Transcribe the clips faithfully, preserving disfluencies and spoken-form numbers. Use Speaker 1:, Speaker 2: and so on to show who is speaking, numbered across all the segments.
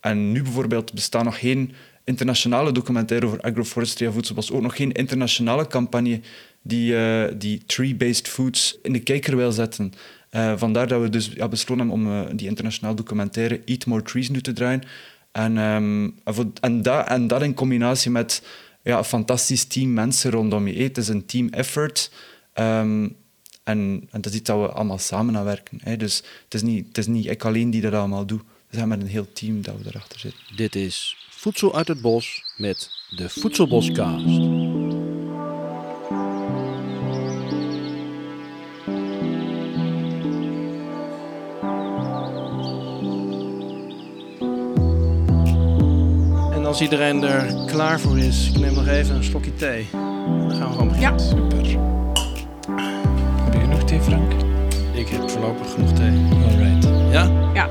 Speaker 1: en nu bijvoorbeeld bestaat nog geen internationale documentaire over agroforestry en voedselbos. Ook nog geen internationale campagne die, uh, die tree-based foods in de kijker wil zetten. Uh, vandaar dat we dus ja, besloten hebben om uh, die internationale documentaire Eat More Trees nu te draaien. En, um, en, dat, en dat in combinatie met ja, een fantastisch team mensen rondom je. Het is een team effort. Um, en, en dat is iets dat we allemaal samen aan werken. Hè. Dus het is, niet, het is niet ik alleen die dat allemaal doe. We zijn met een heel team dat we erachter zitten.
Speaker 2: Dit is Voedsel uit het Bos met de Voedselboscast. En als iedereen er klaar voor is, ik neem nog even een slokje thee. Dan gaan we gewoon beginnen.
Speaker 3: Ja, super. Heb je nog thee, Frank?
Speaker 2: Ik heb voorlopig genoeg thee.
Speaker 3: Alright.
Speaker 2: Ja?
Speaker 3: Ja.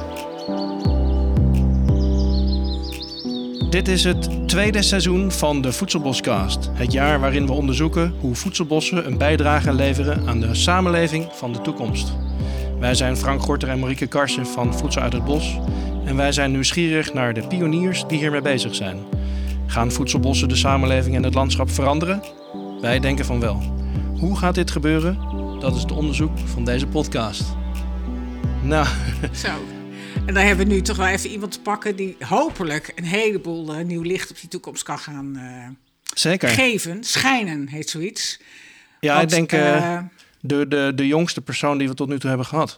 Speaker 2: Dit is het tweede seizoen van de Voedselboscast. Het jaar waarin we onderzoeken hoe voedselbossen een bijdrage leveren aan de samenleving van de toekomst. Wij zijn Frank Gorter en Marieke Karsen van Voedsel uit het Bos. En wij zijn nieuwsgierig naar de pioniers die hiermee bezig zijn. Gaan voedselbossen de samenleving en het landschap veranderen? Wij denken van wel. Hoe gaat dit gebeuren? Dat is het onderzoek van deze podcast. Nou...
Speaker 3: Zo. En dan hebben we nu toch wel even iemand te pakken die hopelijk een heleboel uh, nieuw licht op die toekomst kan gaan uh,
Speaker 2: Zeker.
Speaker 3: geven. Schijnen heet zoiets.
Speaker 2: Ja,
Speaker 3: Want,
Speaker 2: ik denk uh,
Speaker 3: uh,
Speaker 2: de, de, de jongste persoon die we tot nu toe hebben gehad.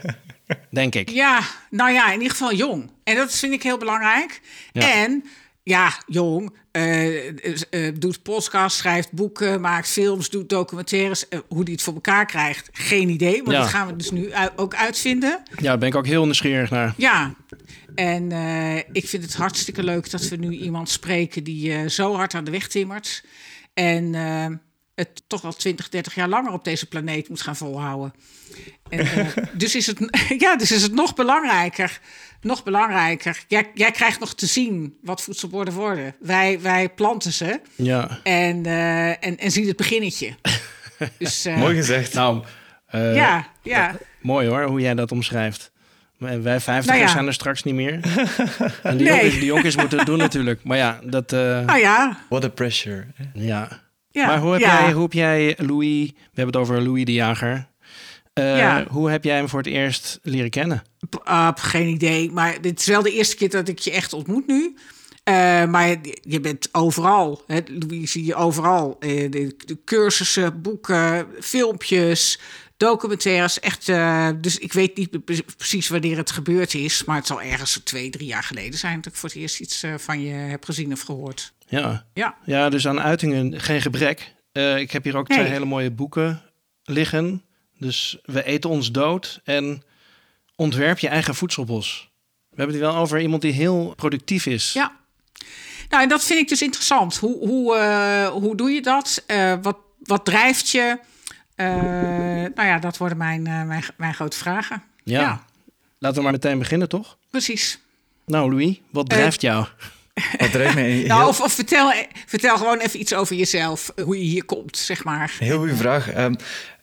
Speaker 2: Denk ik.
Speaker 3: Ja, nou ja, in ieder geval jong. En dat vind ik heel belangrijk.
Speaker 2: Ja.
Speaker 3: En ja, jong, uh, uh, doet podcasts, schrijft boeken, maakt films, doet documentaires. Uh, hoe die het voor elkaar krijgt, geen idee. Maar
Speaker 2: Ja.
Speaker 3: dat gaan we dus nu u- ook uitvinden.
Speaker 2: Ja, daar ben ik ook heel nieuwsgierig naar.
Speaker 3: Ja, en uh, ik vind het hartstikke leuk dat we nu iemand spreken die uh, zo hard aan de weg timmert. En uh, het toch wel twintig, dertig jaar langer op deze planeet moet gaan volhouden. En, uh, dus, is het, ja, dus is het nog belangrijker. Nog belangrijker. Jij, jij krijgt nog te zien wat voedselborden worden. Wij, wij planten ze
Speaker 2: Ja.
Speaker 3: en, uh, en, en zien het beginnetje. Dus, uh,
Speaker 1: Mooi gezegd.
Speaker 2: Nou, uh,
Speaker 3: ja, ja.
Speaker 2: mooi hoor, hoe jij dat omschrijft. Wij vijftigers
Speaker 3: Nou ja.
Speaker 2: zijn er straks niet meer. En die,
Speaker 3: Nee.
Speaker 2: jonkies, die jonkies moeten het doen natuurlijk. Maar ja, dat... Uh,
Speaker 3: Nou ja,
Speaker 1: What a pressure. Hè?
Speaker 2: ja.
Speaker 3: ja.
Speaker 2: Maar hoe heb,
Speaker 3: ja.
Speaker 2: jij, hoe heb jij Louis... We hebben het over Louis de Jager. Uh,
Speaker 3: Ja.
Speaker 2: Hoe heb jij hem voor het eerst leren kennen?
Speaker 3: Uh, geen idee, maar dit is wel de eerste keer dat ik je echt ontmoet nu. Uh, maar je bent overal, hè? Louis zie je overal. Uh, de, de cursussen, boeken, filmpjes, documentaires. Echt, uh, dus ik weet niet pre- precies wanneer het gebeurd is. Maar het zal ergens twee, drie jaar geleden zijn dat ik voor het eerst iets uh, van je heb gezien of gehoord.
Speaker 2: Ja,
Speaker 3: Ja,
Speaker 2: ja dus aan uitingen geen gebrek. Uh, ik heb hier ook
Speaker 3: Nee.
Speaker 2: twee hele mooie boeken liggen. Dus We eten ons dood en Ontwerp je eigen voedselbos. We hebben het wel over iemand die heel productief is.
Speaker 3: ja. Nou, en dat vind ik dus interessant. Hoe, hoe, uh, hoe doe je dat? Uh, wat, wat drijft je? Uh, nou ja, dat worden mijn, uh, mijn, mijn grote vragen.
Speaker 2: Ja.
Speaker 3: Ja.
Speaker 2: Laten we maar meteen beginnen, toch?
Speaker 3: Precies.
Speaker 2: Nou, Louis, wat drijft jou?
Speaker 1: Wat drijft mij heel,
Speaker 3: Nou, of, of vertel, vertel gewoon even iets over jezelf. Hoe je hier komt, zeg maar.
Speaker 1: heel goede vraag. Um,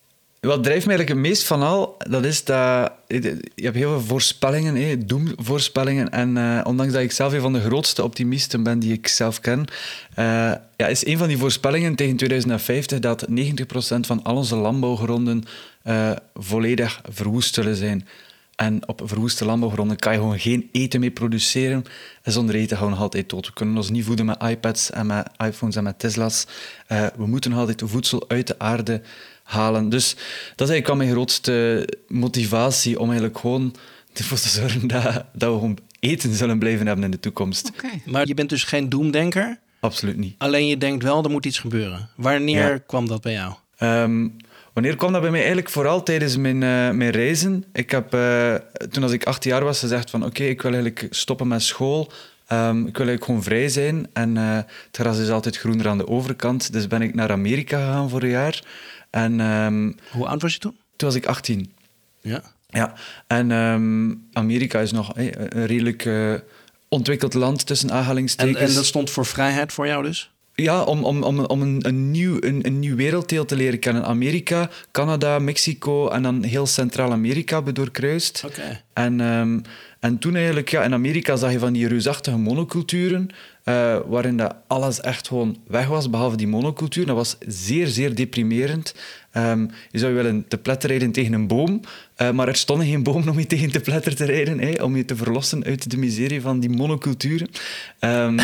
Speaker 1: wat drijft mij eigenlijk het meest van al, dat is dat... Je hebt heel veel voorspellingen, hè, doemvoorspellingen. En uh, ondanks dat ik zelf een van de grootste optimisten ben die ik zelf ken, uh, ja, is een van die voorspellingen tegen tweeduizend vijftig dat negentig procent van al onze landbouwgronden uh, volledig verwoest zullen zijn. En op verwoeste landbouwgronden kan je gewoon geen eten mee produceren. En zonder eten gaan we nog altijd dood. We kunnen ons niet voeden met iPads en met iPhones en met Tesla's. Uh, we moeten nog altijd voedsel uit de aarde halen. Dus dat is eigenlijk al mijn grootste motivatie om eigenlijk gewoon ervoor te zorgen dat, dat we gewoon eten zullen blijven hebben in de toekomst.
Speaker 3: Oké. Okay.
Speaker 2: Maar je bent dus geen doemdenker?
Speaker 1: Absoluut niet.
Speaker 2: Alleen je denkt wel, er moet iets gebeuren. Wanneer
Speaker 1: Ja.
Speaker 2: kwam dat bij jou?
Speaker 1: Um, wanneer kwam dat bij mij? Eigenlijk vooral tijdens mijn, uh, mijn reizen. Ik heb uh, toen als ik achttien jaar was gezegd van oké, okay, ik wil eigenlijk stoppen met school. Um, ik wil eigenlijk gewoon vrij zijn. En uh, het gras is altijd groener aan de overkant. Dus ben ik naar Amerika gegaan voor een jaar. En, um,
Speaker 2: Hoe oud was je toen?
Speaker 1: Toen was ik achttien.
Speaker 2: Ja.
Speaker 1: Ja, en um, Amerika is nog hey, een redelijk uh, ontwikkeld land tussen aanhalingstekens.
Speaker 2: En, en dat stond voor vrijheid voor jou dus?
Speaker 1: Ja, om, om, om, om een, een, nieuw, een, een nieuw werelddeel te leren kennen. Amerika, Canada, Mexico en dan heel Centraal-Amerika doorkruist.
Speaker 2: Oké.
Speaker 1: En, um, en toen eigenlijk, ja, in Amerika zag je van die reusachtige monoculturen, uh, waarin dat alles echt gewoon weg was, behalve die monocultuur. Dat was zeer, zeer deprimerend. Um, je zou willen te pletter rijden tegen een boom, uh, maar er stond geen boom om je tegen te pletter te rijden, hè, om je te verlossen uit de miserie van die monoculturen. Um,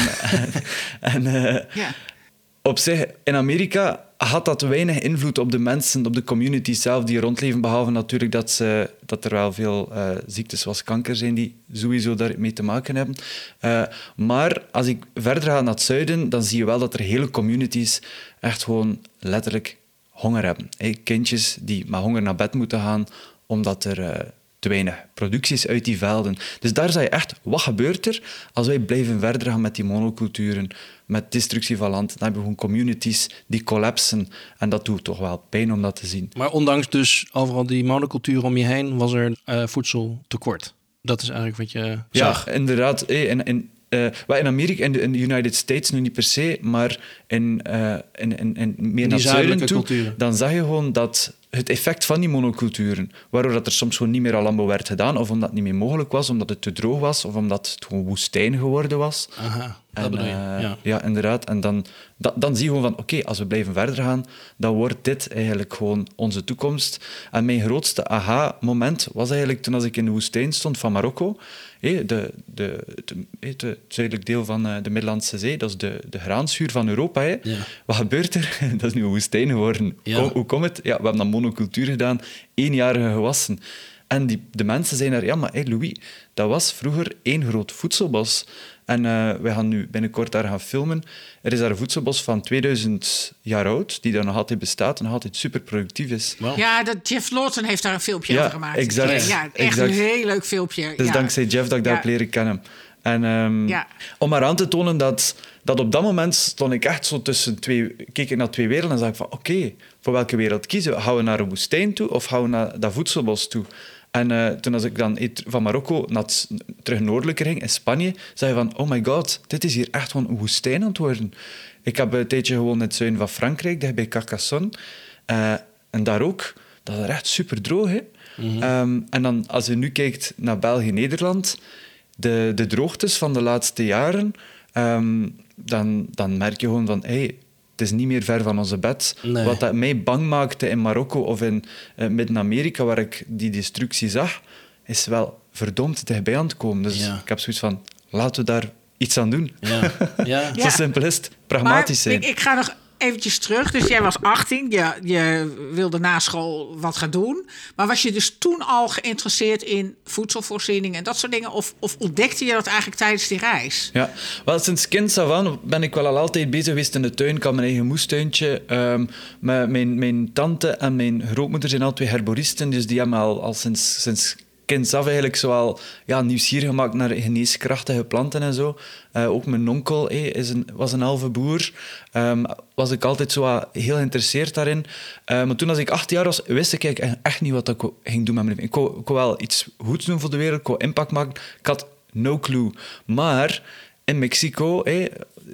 Speaker 1: en uh, ja. Op zich, in Amerika had dat weinig invloed op de mensen, op de community zelf die rondleven, behalve natuurlijk dat, ze, dat er wel veel uh, ziektes zoals kanker zijn die sowieso daarmee te maken hebben. Uh, maar als ik verder ga naar het zuiden, dan zie je wel dat er hele communities echt gewoon letterlijk honger hebben. Hey, kindjes die met honger naar bed moeten gaan, omdat er uh, te weinig productie is uit die velden. Dus daar zie je echt, wat gebeurt er als wij blijven verder gaan met die monoculturen, met destructie van land? Dan hebben we gewoon communities die collapsen. En dat doet toch wel pijn om dat te zien.
Speaker 2: Maar ondanks dus overal die monocultuur om je heen, was er uh, voedseltekort. Dat is eigenlijk wat je zag.
Speaker 1: Ja, inderdaad. Hey, in, in, uh, in Amerika, in de, in de United States nu niet per se, maar in, uh, in, in, in meer naar het zuiden toe, culturen. Dan zag je gewoon dat het effect van die monoculturen, waardoor dat er soms gewoon niet meer al landbouw werd gedaan, of omdat het niet meer mogelijk was, omdat het te droog was, of omdat het gewoon woestijn geworden was.
Speaker 2: Aha, dat
Speaker 1: en,
Speaker 2: bedoel je.
Speaker 1: Uh,
Speaker 2: ja.
Speaker 1: ja, inderdaad. En dan, da, dan zie je gewoon van, oké, okay, als we blijven verder gaan, dan wordt dit eigenlijk gewoon onze toekomst. En mijn grootste aha-moment was eigenlijk toen als ik in de woestijn stond van Marokko, de, de, de, het, het zuidelijk deel van de Middellandse Zee, dat is de, de graanschuur van Europa. Hè. Ja. Wat gebeurt er? Dat is nu een woestijn geworden. Ja. Hoe, hoe komt het? Ja, we hebben dan monocultuur gedaan, eenjarige gewassen. En die, de mensen zijn daar, ja, maar hey Louis, dat was vroeger één groot voedselbos. En uh, we gaan nu binnenkort daar gaan filmen. Er is daar een voedselbos van tweeduizend jaar oud, die daar nog altijd bestaat en nog altijd super productief is.
Speaker 3: Wow. Ja, dat Jeff Lawton heeft daar een filmpje
Speaker 1: ja,
Speaker 3: over gemaakt.
Speaker 1: Exact,
Speaker 3: ja, echt
Speaker 1: exact.
Speaker 3: een heel leuk filmpje.
Speaker 1: Dus
Speaker 3: ja.
Speaker 1: dankzij Jeff dat ik ja. dat heb leren kennen. En um, ja. om maar aan te tonen dat, dat op dat moment stond ik echt zo tussen twee... Keek ik naar twee werelden en zag ik van, oké, okay, voor welke wereld kiezen we? Gaan we naar een woestijn toe of gaan we naar dat voedselbos toe? En uh, toen als ik dan van Marokko naar het, terug noordelijker ging, in Spanje, zei je van, oh my god, dit is hier echt gewoon een woestijn aan het worden. Ik heb een tijdje gewoond in het zuiden van Frankrijk, daar bij Carcassonne. Uh, en daar ook, dat is echt super droog, hè. Mm-hmm. Um, en dan, als je nu kijkt naar België en Nederland, de, de droogtes van de laatste jaren, um, dan, dan merk je gewoon van, hey, het is niet meer ver van onze bed. Nee. Wat dat mij bang maakte in Marokko of in uh, Midden-Amerika, waar ik die destructie zag, is wel verdomd dichtbij aan het komen. Dus ja. ik heb zoiets van, laten we daar iets aan doen. Ja. Ja. Zo ja. simpel is het. Pragmatisch zijn.
Speaker 3: Ik, ik ga nog eventjes terug. Dus jij was achttien, je, je wilde na school wat gaan doen. Maar was je dus toen al geïnteresseerd in voedselvoorziening en dat soort dingen? Of, of ontdekte je dat eigenlijk tijdens die reis?
Speaker 1: Ja, wel sinds kind af aan ben ik wel al altijd bezig geweest in de tuin. Ik had mijn eigen moestuintje. Um, mijn, mijn tante en mijn grootmoeder zijn al twee herboristen, dus die hebben al, al sinds... sinds kind af eigenlijk zoal ja, nieuwsgierig gemaakt naar geneeskrachtige planten en zo. Uh, ook mijn onkel hey, is een, was een halve boer. Um, was ik altijd zo heel geïnteresseerd daarin. Uh, maar toen als ik acht jaar was, wist ik eigenlijk echt niet wat ik ging doen met mijn leven. Ik wou, ik wou wel iets goeds doen voor de wereld. Ik wou impact maken. Ik had no clue. Maar in Mexico... Hey,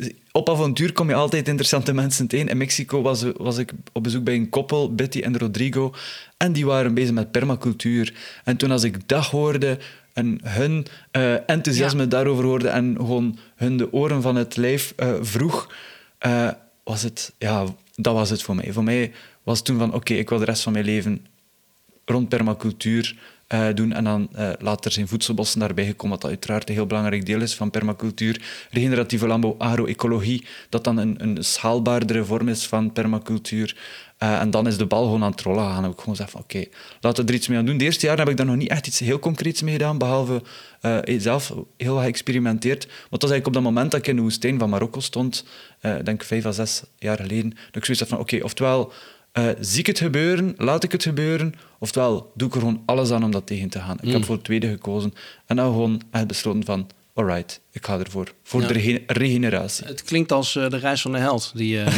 Speaker 1: op avontuur kom je altijd interessante mensen tegen. In Mexico was, was ik op bezoek bij een koppel, Betty en Rodrigo, en die waren bezig met permacultuur. En toen als ik dat hoorde en hun uh, enthousiasme ja. daarover hoorde en gewoon hun de oren van het lijf uh, vroeg, uh, was het, ja, dat was het voor mij. Voor mij was het toen van, oké, okay, ik wil de rest van mijn leven rond permacultuur Uh, doen. En dan uh, later zijn voedselbossen daarbij gekomen, wat uiteraard een heel belangrijk deel is van permacultuur. Regeneratieve landbouw, agroecologie, dat dan een, een schaalbaardere vorm is van permacultuur. Uh, en dan is de bal gewoon aan het rollen gegaan. Heb ik gewoon gezegd van oké, okay, laten we er iets mee aan doen. De eerste jaar heb ik daar nog niet echt iets heel concreets mee gedaan, behalve uh, zelf heel geëxperimenteerd. Want dat was eigenlijk op dat moment dat ik in de woestijn van Marokko stond, uh, denk ik vijf à zes jaar geleden, dat ik zoiets had van oké, okay, oftewel Uh, zie ik het gebeuren, laat ik het gebeuren, oftewel doe ik er gewoon alles aan om dat tegen te gaan. Ik mm. heb voor het tweede gekozen en dan gewoon echt besloten van alright, ik ga ervoor. Voor ja. de rege- regeneratie.
Speaker 2: Het klinkt als uh, de reis van de held. Die, uh,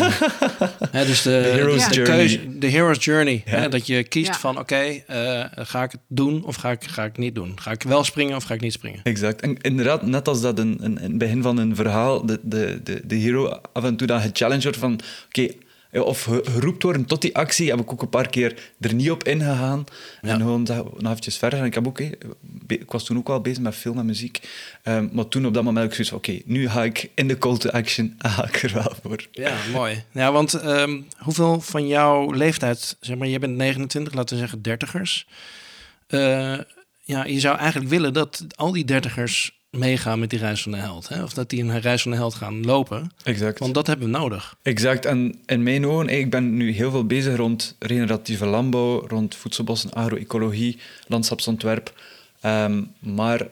Speaker 2: hè, dus de,
Speaker 1: the hero's
Speaker 2: de,
Speaker 1: journey.
Speaker 2: Keuze, de hero's journey. Ja. Hè, dat je kiest ja. van oké, okay, uh, ga ik het doen of ga ik, ga ik niet doen? Ga ik wel springen of ga ik niet springen?
Speaker 1: Exact. En inderdaad, net als dat in, in, in het begin van een verhaal, de, de, de, de hero af en toe dan gechallenged wordt van oké, okay, of geroepen worden tot die actie, heb ik ook een paar keer er niet op ingegaan. Ja. En gewoon nog eventjes verder. En ik, heb ook, hey, ik was toen ook wel bezig met film en muziek. Um, maar toen op dat moment heb ik zoiets van, oké, okay, nu ga ik in de call to action en ga ik er wel voor.
Speaker 2: Ja, mooi. Ja, want um, hoeveel van jouw leeftijd, zeg maar, je bent negenentwintig, laten we zeggen dertigers. Uh, ja, je zou eigenlijk willen dat al die dertigers meegaan met die reis van de held. Hè? Of dat die een reis van de held gaan lopen.
Speaker 1: Exact.
Speaker 2: Want dat hebben we nodig.
Speaker 1: Exact. En in mijn ogen, ik ben nu heel veel bezig rond regeneratieve landbouw, rond voedselbossen, agro-ecologie, landschapsontwerp. Um, maar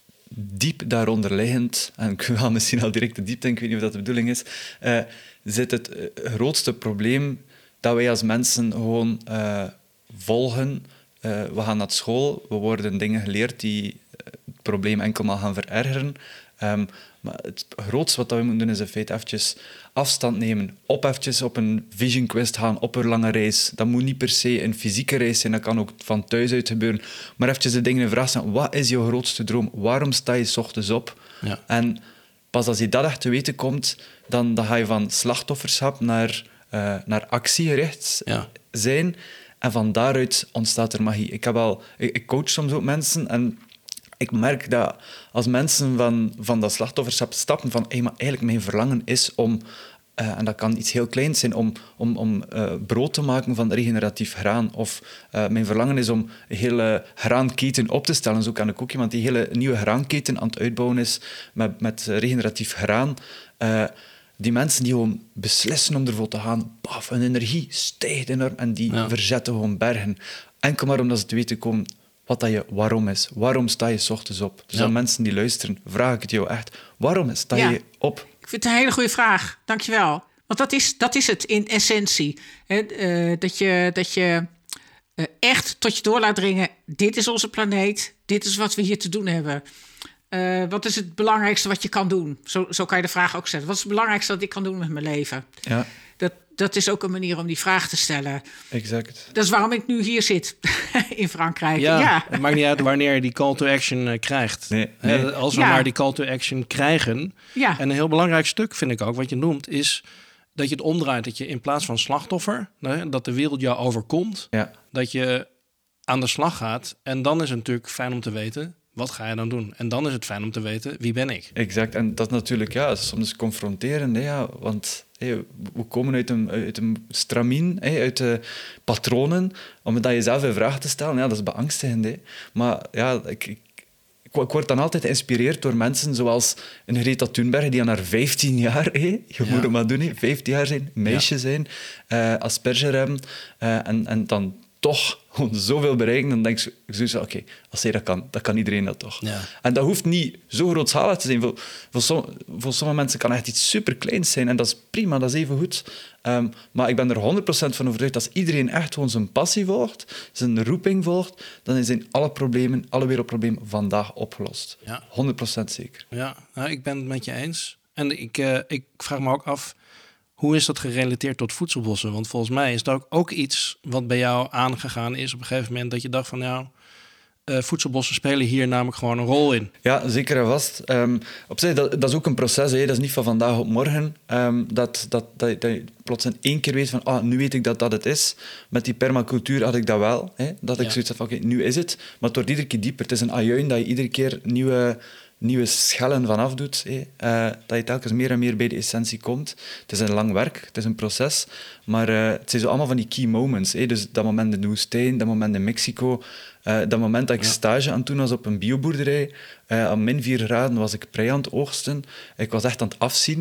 Speaker 1: diep daaronder liggend, en ik ga misschien al direct de diepte, ik weet niet of dat de bedoeling is, uh, zit het uh, grootste probleem dat wij als mensen gewoon uh, volgen. Uh, we gaan naar school, we worden dingen geleerd die het probleem enkel maar gaan verergeren. Um, maar het grootste wat we moeten doen is in feite eventjes afstand nemen. Op eventjes op een vision quest gaan, op een lange reis. Dat moet niet per se een fysieke reis zijn, dat kan ook van thuis uit gebeuren. Maar eventjes de dingen in vraag stellen. Wat is jouw grootste droom? Waarom sta je 's ochtends op?
Speaker 2: Ja.
Speaker 1: En pas als je dat echt te weten komt, dan, dan ga je van slachtofferschap naar, uh, naar actiegericht
Speaker 2: ja.
Speaker 1: zijn. En van daaruit ontstaat er magie. Ik, heb al, ik, ik coach soms ook mensen en ik merk dat als mensen van, van dat slachtofferschap stappen, van hey, maar eigenlijk mijn verlangen is om, uh, en dat kan iets heel kleins zijn, om, om, om uh, brood te maken van regeneratief graan. Of uh, mijn verlangen is om een hele graanketen op te stellen. Zo kan ik ook iemand die een hele nieuwe graanketen aan het uitbouwen is met, met regeneratief graan. Uh, Die mensen die gewoon beslissen om ervoor te gaan, baf, hun energie stijgt enorm en die ja. verzetten gewoon bergen. Enkel maar omdat ze te weten komen wat dat je waarom is. Waarom sta je 's ochtends op? Dus ja. aan mensen die luisteren, vraag ik het jou echt. Waarom sta ja. je op?
Speaker 3: Ik vind het een hele goede vraag. Dank je wel. Want dat is, dat is het in essentie. He, uh, dat je, dat je uh, echt tot je door laat dringen. Dit is onze planeet. Dit is wat we hier te doen hebben. Uh, wat is het belangrijkste wat je kan doen? Zo, zo kan je de vraag ook stellen. Wat is het belangrijkste dat ik kan doen met mijn leven?
Speaker 1: Ja.
Speaker 3: Dat, dat is ook een manier om die vraag te stellen.
Speaker 1: Exact.
Speaker 3: Dat is waarom ik nu hier zit in Frankrijk.
Speaker 2: Ja,
Speaker 3: ja.
Speaker 2: Het maakt niet uit wanneer je die call to action uh, krijgt.
Speaker 1: Nee, nee.
Speaker 2: Uh, als we
Speaker 3: ja.
Speaker 2: maar die call to action krijgen.
Speaker 3: Ja.
Speaker 2: En een heel belangrijk stuk vind ik ook, wat je noemt, is dat je het omdraait. Dat je in plaats van slachtoffer, nee, dat de wereld jou overkomt,
Speaker 1: ja.
Speaker 2: dat je aan de slag gaat. En dan is het natuurlijk fijn om te weten, wat ga je dan doen? En dan is het fijn om te weten, wie ben ik?
Speaker 1: Exact. En dat is natuurlijk ja, soms confronterend. Hè, ja, want hey, we komen uit een, uit een stramien, hey, uit de patronen. Om dat jezelf in vraag te stellen, ja, dat is beangstigend. Hè. Maar ja, ik, ik, ik word dan altijd geïnspireerd door mensen zoals een Greta Thunberg, die aan haar vijftien jaar, hey, je ja. moet het maar doen, hey, vijftien jaar zijn, meisje ja. zijn, uh, Asperger hebben. Uh, en, en dan toch gewoon zoveel bereiken, dan denk ik zoiets van, oké, okay, als zij dat kan, dan kan iedereen dat toch.
Speaker 2: Ja.
Speaker 1: En dat hoeft niet zo grootschalig te zijn. Voor, voor, som, voor sommige mensen kan het echt iets superkleins zijn en dat is prima, dat is even goed. Um, maar ik ben er honderd procent van overtuigd dat als iedereen echt gewoon zijn passie volgt, zijn roeping volgt, dan zijn alle problemen, alle wereldproblemen vandaag opgelost.
Speaker 2: Ja.
Speaker 1: honderd procent zeker.
Speaker 2: Ja, nou, ik ben het met je eens. En ik, uh, ik vraag me ook af, hoe is dat gerelateerd tot voedselbossen? Want volgens mij is dat ook, ook iets wat bij jou aangegaan is op een gegeven moment, dat je dacht van, nou, uh, voedselbossen spelen hier namelijk gewoon een rol in.
Speaker 1: Ja, zeker en vast. Um, op zich, dat, dat is ook een proces. Hè. Dat is niet van vandaag op morgen. Um, dat, dat, dat, dat je plots in één keer weet van, ah, nu weet ik dat dat het is. Met die permacultuur had ik dat wel. Hè. Dat ik ja. zoiets had van, oké, okay, nu is het. Maar het wordt iedere keer dieper. Het is een ajuin dat je iedere keer nieuwe... nieuwe schellen vanaf doet, eh, uh, dat je telkens meer en meer bij de essentie komt. Het is een lang werk, het is een proces, maar uh, het zijn zo allemaal van die key moments. Eh, dus dat moment in de woestijn, dat moment in Mexico, uh, dat moment dat ik ja. stage aan het doen was op een bioboerderij. Uh, aan min vier graden was ik prei aan het oogsten. Ik was echt aan het afzien.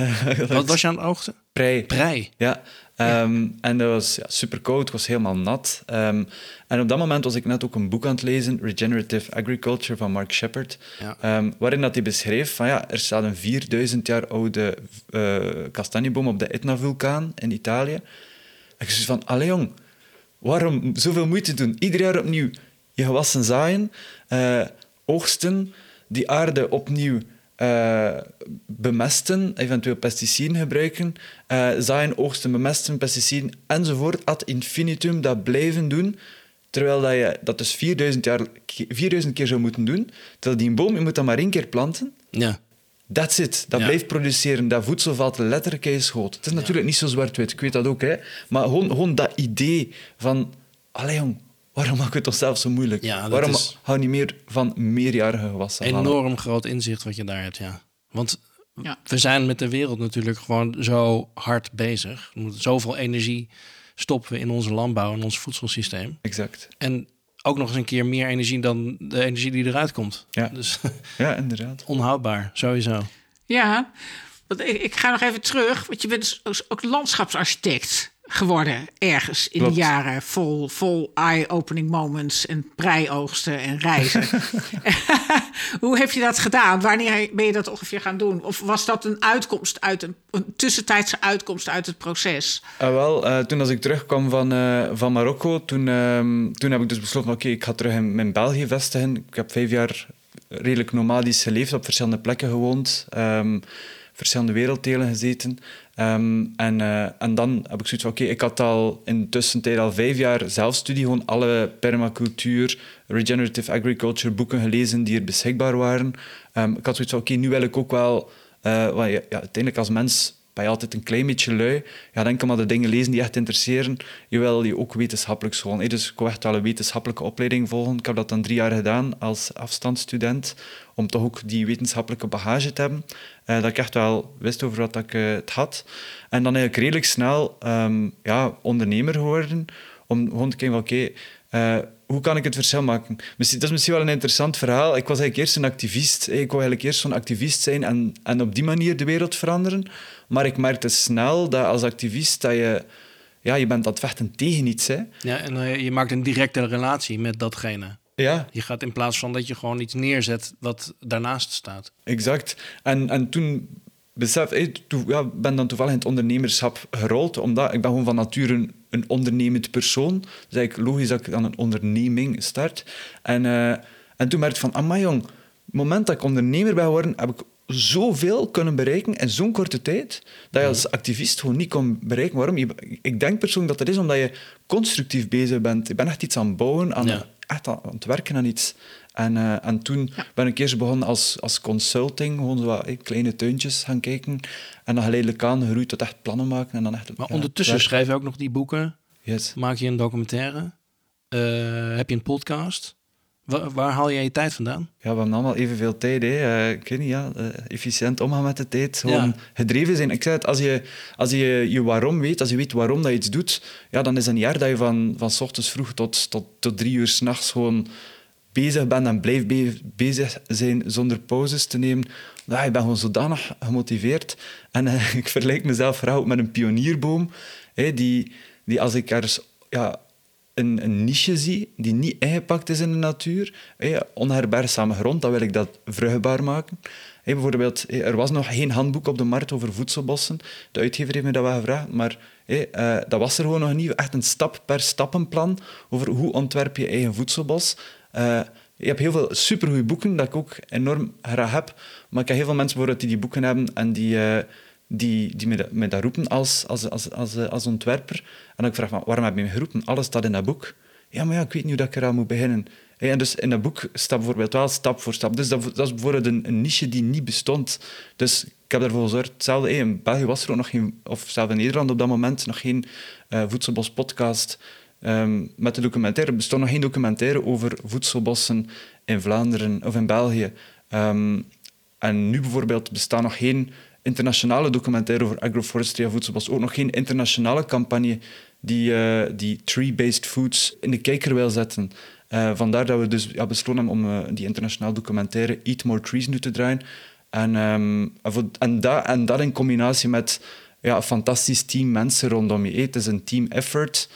Speaker 2: Wat was je aan het oogsten?
Speaker 1: Prei.
Speaker 2: Prei?
Speaker 1: Ja. Um, ja. En dat was ja, super koud, het was helemaal nat. Um, en op dat moment was ik net ook een boek aan het lezen, Regenerative Agriculture van Mark Shepard, ja. um, waarin dat hij beschreef van ja, er staat een vierduizend jaar oude uh, kastanjeboom op de Etna-vulkaan in Italië. En ik zei van, allee jong, waarom zoveel moeite doen? Ieder jaar opnieuw je gewassen zaaien, uh, oogsten, die aarde opnieuw Uh, bemesten, eventueel pesticiden gebruiken, uh, zaaien, oogsten, bemesten, pesticiden enzovoort, ad infinitum, dat blijven doen, terwijl dat je dat dus vierduizend, jaar, vierduizend keer zou moeten doen, terwijl die boom, je moet dat maar één keer planten.
Speaker 2: Ja.
Speaker 1: That's it. Dat
Speaker 2: Ja.
Speaker 1: blijft produceren. Dat voedsel valt letterlijk in je schoot. Het is natuurlijk
Speaker 2: Ja.
Speaker 1: niet zo zwart-wit, ik weet dat ook. Hè. Maar gewoon, gewoon dat idee van... Allee jong, waarom maken we het onszelf zo moeilijk?
Speaker 2: Ja, dat
Speaker 1: waarom
Speaker 2: is-
Speaker 1: gaan we niet meer van meerjarige gewassen halen?
Speaker 2: Enorm groot inzicht wat je daar hebt, ja. Want
Speaker 3: Ja.
Speaker 2: we zijn met de wereld natuurlijk gewoon zo hard bezig. We moeten zoveel energie stoppen we in onze landbouw en ons voedselsysteem.
Speaker 1: Exact.
Speaker 2: En ook nog eens een keer meer energie dan de energie die eruit komt.
Speaker 1: Ja.
Speaker 2: Dus
Speaker 1: Ja, inderdaad.
Speaker 2: onhoudbaar, sowieso.
Speaker 3: Ja, want ik, ik ga nog even terug, want je bent dus ook landschapsarchitect geworden ergens in
Speaker 1: Klopt.
Speaker 3: de jaren. Vol, vol eye-opening moments en preioogsten en reizen. Hoe heb je dat gedaan? Wanneer ben je dat ongeveer gaan doen? Of was dat een uitkomst uit een, een tussentijdse uitkomst uit het proces?
Speaker 1: Ah, wel, uh, toen als ik terugkwam van, uh, van Marokko, toen, uh, toen heb ik dus besloten, oké, okay, ik ga terug in, in België vestigen. Ik heb vijf jaar redelijk nomadisch geleefd, op verschillende plekken gewoond, um, verschillende werelddelen gezeten. Um, en, uh, en dan heb ik zoiets van, oké, okay, ik had al in de tussentijd al vijf jaar zelfstudie, gewoon alle permacultuur, regenerative agriculture boeken gelezen die er beschikbaar waren. Um, ik had zoiets van, oké, okay, nu wil ik ook wel... Uh, well, ja, ja, uiteindelijk als mens ben je altijd een klein beetje lui. Ja, denk maar de dingen lezen die echt interesseren. Je wil je ook wetenschappelijk scholen. Hey, dus ik wou echt wel een wetenschappelijke opleiding volgen. Ik heb dat dan drie jaar gedaan als afstandsstudent, om toch ook die wetenschappelijke bagage te hebben. Uh, dat ik echt wel wist over wat ik uh, het had. En dan eigenlijk redelijk snel um, ja, ondernemer geworden, om gewoon te kijken van oké, okay, uh, hoe kan ik het verschil maken? Misschien, dat is misschien wel een interessant verhaal. Ik was eigenlijk eerst een activist. Ik wou eigenlijk eerst zo'n activist zijn en, en op die manier de wereld veranderen. Maar ik merkte snel dat als activist dat je... Ja, je bent aan het vechten tegen iets. Hè.
Speaker 2: Ja, en uh, je maakt een directe relatie met datgene.
Speaker 1: Ja.
Speaker 2: Je gaat in plaats van dat je gewoon iets neerzet wat daarnaast staat.
Speaker 1: Exact. En, en toen... Besef, ik ja, ben dan toevallig in het ondernemerschap gerold, omdat ik ben gewoon van nature een, een ondernemend persoon. Dus eigenlijk logisch dat ik dan een onderneming start. En, uh, en toen merkte ik van, amai jong, op het moment dat ik ondernemer ben geworden, heb ik zoveel kunnen bereiken in zo'n korte tijd, dat je als activist gewoon niet kon bereiken. Waarom? Je, ik denk persoonlijk dat dat is omdat je constructief bezig bent. Je bent echt iets aan het bouwen, aan,
Speaker 2: ja.
Speaker 1: echt aan, aan het werken aan iets. En, uh, en toen ja. ben ik eerst begonnen als, als consulting, gewoon zo wat, hey, kleine tuintjes gaan kijken. En dan geleidelijk aan gegroeid tot echt plannen maken. En dan echt,
Speaker 2: maar
Speaker 1: ja,
Speaker 2: ondertussen
Speaker 1: werk.
Speaker 2: schrijf je ook nog die boeken.
Speaker 1: Yes.
Speaker 2: Maak je een documentaire. Uh, heb je een podcast. Waar, waar haal jij je tijd vandaan?
Speaker 1: Ja, we hebben allemaal evenveel tijd. Hè. Uh, ik weet niet, ja, uh, efficiënt omgaan met de tijd. Gewoon ja. gedreven zijn. Ik zei het, als je, als je je waarom weet, als je weet waarom dat je iets doet, ja, dan is het niet erg dat je van, van 's ochtends vroeg tot, tot, tot drie uur 's nachts gewoon bezig bent en blijft be- bezig zijn zonder pauzes te nemen. Ja, ik ben gewoon zodanig gemotiveerd. En uh, ik vergelijk mezelf graag ook met een pionierboom, hè, die, die als ik ergens... Ja, Een, een niche zie die niet ingepakt is in de natuur, hey, onherbergzame grond, dan wil ik dat vruchtbaar maken. Hey, bijvoorbeeld, hey, er was nog geen handboek op de markt over voedselbossen. De uitgever heeft me dat wel gevraagd, maar hey, uh, dat was er gewoon nog niet. Echt een stap-per-stappenplan over hoe ontwerp je eigen voedselbos. Uh, je hebt heel veel supergoeie boeken, dat ik ook enorm graag heb, maar ik heb heel veel mensen bijvoorbeeld die die boeken hebben en die... Uh, die, die me, dat, me dat roepen als, als, als, als, als ontwerper. En dan ik vraag, waarom heb je me geroepen? Alles staat in dat boek. Ja, maar ja, ik weet niet hoe dat ik eraan moet beginnen. En dus in dat boek staat bijvoorbeeld wel stap voor stap. Dus dat, dat is bijvoorbeeld een, een niche die niet bestond. Dus ik heb ervoor gezorgd. Hetzelfde, hey, in België was er ook nog geen... Of zelfs in Nederland op dat moment nog geen uh, voedselbos-podcast um, met de documentaire. Er bestond nog geen documentaire over voedselbossen in Vlaanderen of in België. Um, en nu bijvoorbeeld bestaat nog geen... internationale documentaire over agroforestry en voedselbos. Ook nog geen internationale campagne die, uh, die tree-based foods in de kijker wil zetten. Uh, vandaar dat we dus ja, besloten hebben om uh, die internationale documentaire Eat More Trees nu te draaien. En, um, en, dat, en dat in combinatie met ja, een fantastisch team mensen rondom je. Het is een team effort.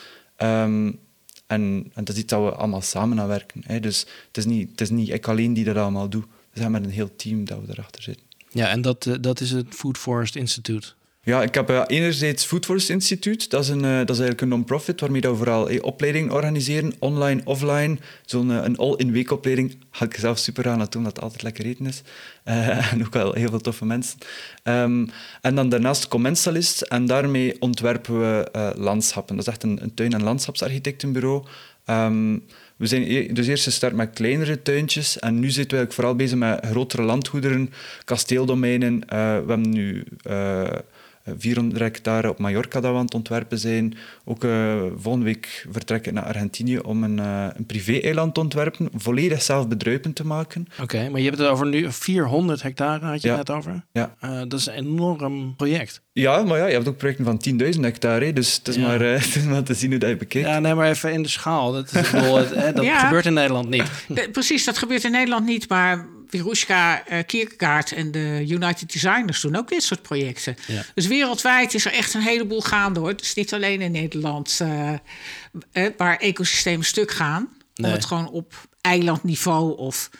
Speaker 1: Um, en, en dat is iets dat we allemaal samen aan werken. Hè. Dus het is, niet, het is niet ik alleen die dat allemaal doe. We zijn met een heel team dat we erachter zitten.
Speaker 2: Ja, en dat, uh, dat is het Food Forest Institute.
Speaker 1: Ja, ik heb uh, enerzijds Food Forest Institute. Dat is, een, uh, dat is eigenlijk een non-profit waarmee we vooral hey, opleidingen organiseren, online, offline. Zo'n uh, een all-in-week opleiding. Ga ik zelf super aan naartoe, omdat het altijd lekker eten is. Uh, en ook wel heel veel toffe mensen. Um, en dan daarnaast Commensalist. En daarmee ontwerpen we uh, landschappen. Dat is echt een, een tuin- en landschapsarchitectenbureau. Um, we zijn e- dus eerst gestart met kleinere tuintjes en nu zitten we eigenlijk vooral bezig met grotere landgoederen, kasteeldomeinen. Uh, we hebben nu uh, vierhonderd hectare op Mallorca dat we aan het ontwerpen zijn. Ook uh, volgende week vertrekken naar Argentinië om een, uh, een privé-eiland te ontwerpen, volledig zelfbedruipend te maken.
Speaker 2: Oké, okay, maar je hebt het over nu vierhonderd hectare, had je
Speaker 1: ja.
Speaker 2: het net over?
Speaker 1: Ja.
Speaker 2: Uh, dat is een enorm project.
Speaker 1: Ja, maar ja, je hebt ook projecten van tienduizend hectare, hè, dus het is, ja. maar, uh, het is maar te zien hoe dat je bekijkt.
Speaker 2: Ja, nee, maar even in de schaal. Dat, is, bedoel, het, hè, dat ja. gebeurt in Nederland niet.
Speaker 3: De, precies, dat gebeurt in Nederland niet, maar Veroushka uh, Kierkegaard en de United Designers doen ook dit soort projecten. Ja. Dus wereldwijd is er echt een heleboel gaande, hoor. Dus niet alleen in Nederland uh, uh, waar ecosystemen stuk gaan, nee. om het gewoon op eilandniveau of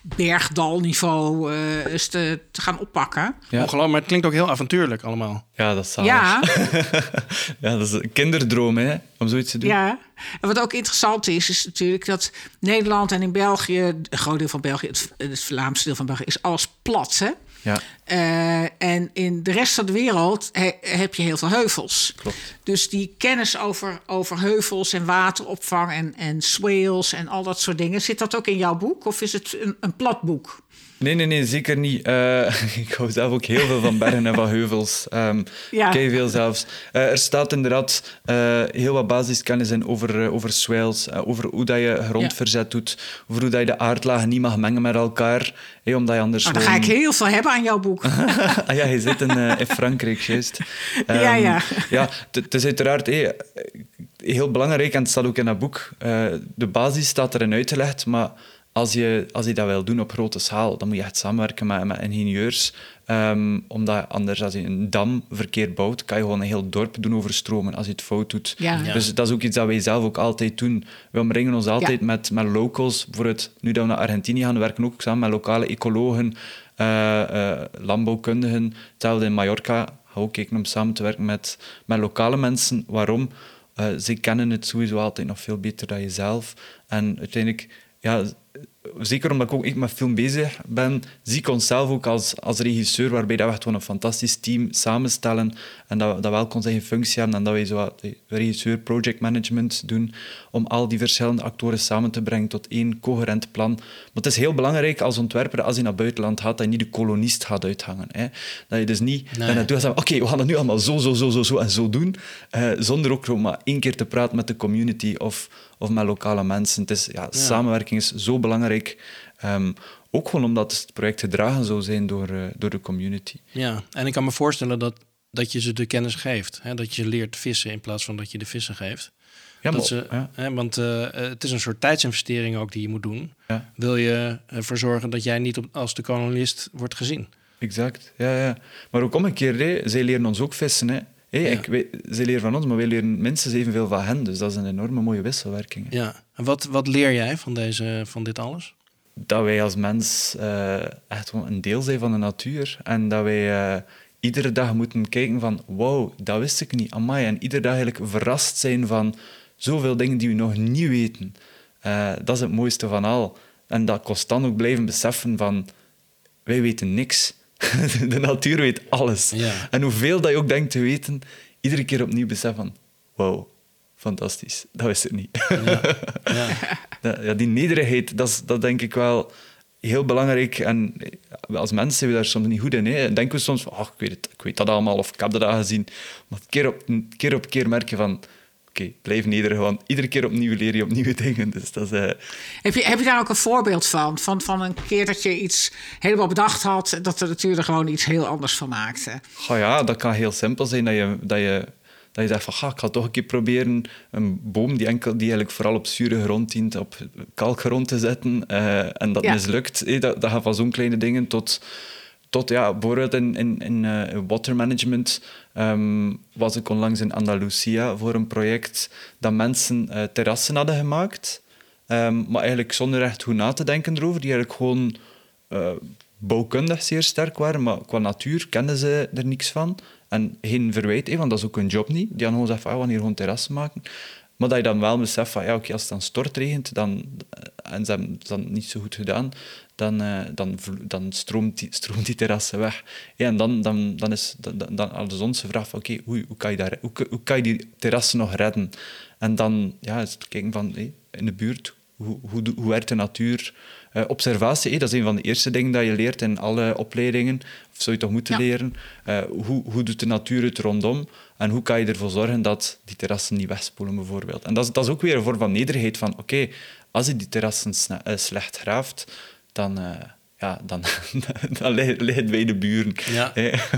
Speaker 3: bergdalniveau uh, eens te, te gaan oppakken.
Speaker 2: Ja. Ongelooflijk, maar het klinkt ook heel avontuurlijk allemaal.
Speaker 1: Ja, dat is zalig.
Speaker 3: Ja.
Speaker 1: ja, dat is een kinderdroom, hè, om zoiets te doen.
Speaker 3: Ja, en wat ook interessant is, is natuurlijk dat Nederland en in België, een groot deel van België, het, het Vlaamse deel van België, is alles plat, hè?
Speaker 1: Ja.
Speaker 3: Uh, en in de rest van de wereld he, heb je heel veel heuvels.
Speaker 1: Klopt.
Speaker 3: Dus die kennis over, over heuvels en wateropvang en, en swales en al dat soort dingen, zit dat ook in jouw boek? Of is het een, een plat boek?
Speaker 1: Nee, nee, nee, zeker niet. Uh, ik hou zelf ook heel veel van bergen en van heuvels. Um, ja. Kei veel zelfs. Uh, er staat inderdaad uh, heel wat basiskennis in over, uh, over swales, uh, over hoe dat je grondverzet ja. doet, over hoe dat je de aardlagen niet mag mengen met elkaar, hey, omdat je anders...
Speaker 3: Oh, dan
Speaker 1: gewoon...
Speaker 3: ga ik heel veel hebben aan jouw boek.
Speaker 1: ah, ja, je zit in, uh, in Frankrijk, juist. Um,
Speaker 3: ja, ja.
Speaker 1: Ja, het is uiteraard hey, heel belangrijk, en het staat ook in dat boek. Uh, de basis staat erin uitgelegd, maar... Als je, als je dat wil doen op grote schaal, dan moet je echt samenwerken met, met ingenieurs. Um, omdat anders, als je een dam verkeerd bouwt, kan je gewoon een heel dorp doen overstromen als je het fout doet. Ja. Ja. Dus dat is ook iets dat wij zelf ook altijd doen. We omringen ons altijd ja. met, met locals. Bijvoorbeeld, nu dat we naar Argentinië gaan, we werken ook samen met lokale ecologen, uh, uh, landbouwkundigen. Hetzelfde in Mallorca. Ga ook kijken om samen te werken met, met lokale mensen. Waarom? Uh, ze kennen het sowieso altijd nog veel beter dan jezelf. En uiteindelijk... Ja, zeker omdat ik ook echt met film bezig ben, zie ik onszelf ook als, als regisseur, waarbij dat we echt gewoon een fantastisch team samenstellen en dat, dat we elk onze eigen functie hebben en dat we zo wat regisseur, project management doen om al die verschillende actoren samen te brengen tot één coherent plan. Maar het is heel belangrijk als ontwerper, als je naar buitenland gaat, dat je niet de kolonist gaat uithangen. Hè. Dat je dus niet nee. naartoe gaat zeggen, oké, okay, we gaan dat nu allemaal zo, zo, zo, zo, zo en zo doen, uh, zonder ook maar één keer te praten met de community of, of met lokale mensen. Het is, ja, ja. Samenwerking is zo belangrijk. Um, ook gewoon omdat het project gedragen zou zijn door, uh, door de community.
Speaker 2: Ja, en ik kan me voorstellen dat, dat je ze de kennis geeft. Hè? Dat je leert vissen in plaats van dat je de vissen geeft. Ja, dat maar, ze, ja. hè, want uh, het is een soort tijdsinvestering ook die je moet doen. Ja. Wil je ervoor zorgen dat jij niet op, als de kolonist wordt gezien.
Speaker 1: Exact, ja, ja. Maar ook omgekeerd, hè. Zij leren ons ook vissen, hè. Hey, ja. ik weet, ze leren van ons, maar wij leren minstens evenveel van hen. Dus dat is een enorme mooie wisselwerking.
Speaker 2: Ja. En wat, wat leer jij van, deze, van dit alles?
Speaker 1: Dat wij als mens uh, echt een deel zijn van de natuur. En dat wij uh, iedere dag moeten kijken van... Wauw, dat wist ik niet. Amai. En iedere dag eigenlijk verrast zijn van zoveel dingen die we nog niet weten. Uh, dat is het mooiste van al. En dat constant ook blijven beseffen van... Wij weten niks. De natuur weet alles. Ja. En hoeveel dat je ook denkt te weten, iedere keer opnieuw besef van... Wauw, fantastisch. Dat wist ik niet. Ja. Ja. Ja, die nederigheid, dat is dat denk ik wel heel belangrijk. En als mensen zijn we daar soms niet goed in. Hè. Denken we soms van, oh, ik, weet het, ik weet dat allemaal, of ik heb dat al gezien. Maar keer op keer, op keer merk je van... Oké, okay, blijf nederig, want iedere keer opnieuw leer je opnieuw dingen. Dus dat is, uh...
Speaker 3: heb, je, heb je daar ook een voorbeeld van? van? Van een keer dat je iets helemaal bedacht had... dat de natuur er gewoon iets heel anders van maakte?
Speaker 1: Oh ja, dat kan heel simpel zijn. Dat je, dat je, dat je zegt van, ik ga toch een keer proberen... een boom die, enkel, die eigenlijk vooral op zure grond dient... op kalkgrond te zetten. Uh, en dat ja. mislukt. Hey, dat, dat gaat van zo'n kleine dingen tot... Tot ja, bijvoorbeeld in, in, in uh, watermanagement um, was ik onlangs in Andalusia voor een project dat mensen uh, terrassen hadden gemaakt, um, maar eigenlijk zonder echt goed na te denken erover, die eigenlijk gewoon uh, bouwkundig zeer sterk waren, maar qua natuur kenden ze er niks van. En geen verwijt, want dat is ook hun job niet. Die hadden gewoon gezegd van, ah, we gaan hier gewoon terrassen maken. Maar dat je dan wel beseft van, ja, okay, als het dan stortregent, dan, en ze hebben het dan niet zo goed gedaan, dan, uh, dan, dan stroomt, die, stroomt die terrassen weg. Ja, en dan, dan, dan is dan, dan als onze vraag van, oké, okay, hoe, hoe, kan je daar, hoe, hoe kan je die terrassen nog redden? En dan ja, is het kijken van, hey, in de buurt, hoe, hoe, hoe werkt de natuur? Uh, observatie, hey, dat is een van de eerste dingen dat je leert in alle opleidingen. Of zou je toch moeten ja. leren? Uh, hoe, hoe doet de natuur het rondom? En hoe kan je ervoor zorgen dat die terrassen niet wegspoelen, bijvoorbeeld? En dat is, dat is ook weer een vorm van nederigheid van, oké, okay, als je die terrassen sne- uh, slecht graaft, dan... Uh, Ja, dan, dan ligt het bij de buren.
Speaker 2: Ja.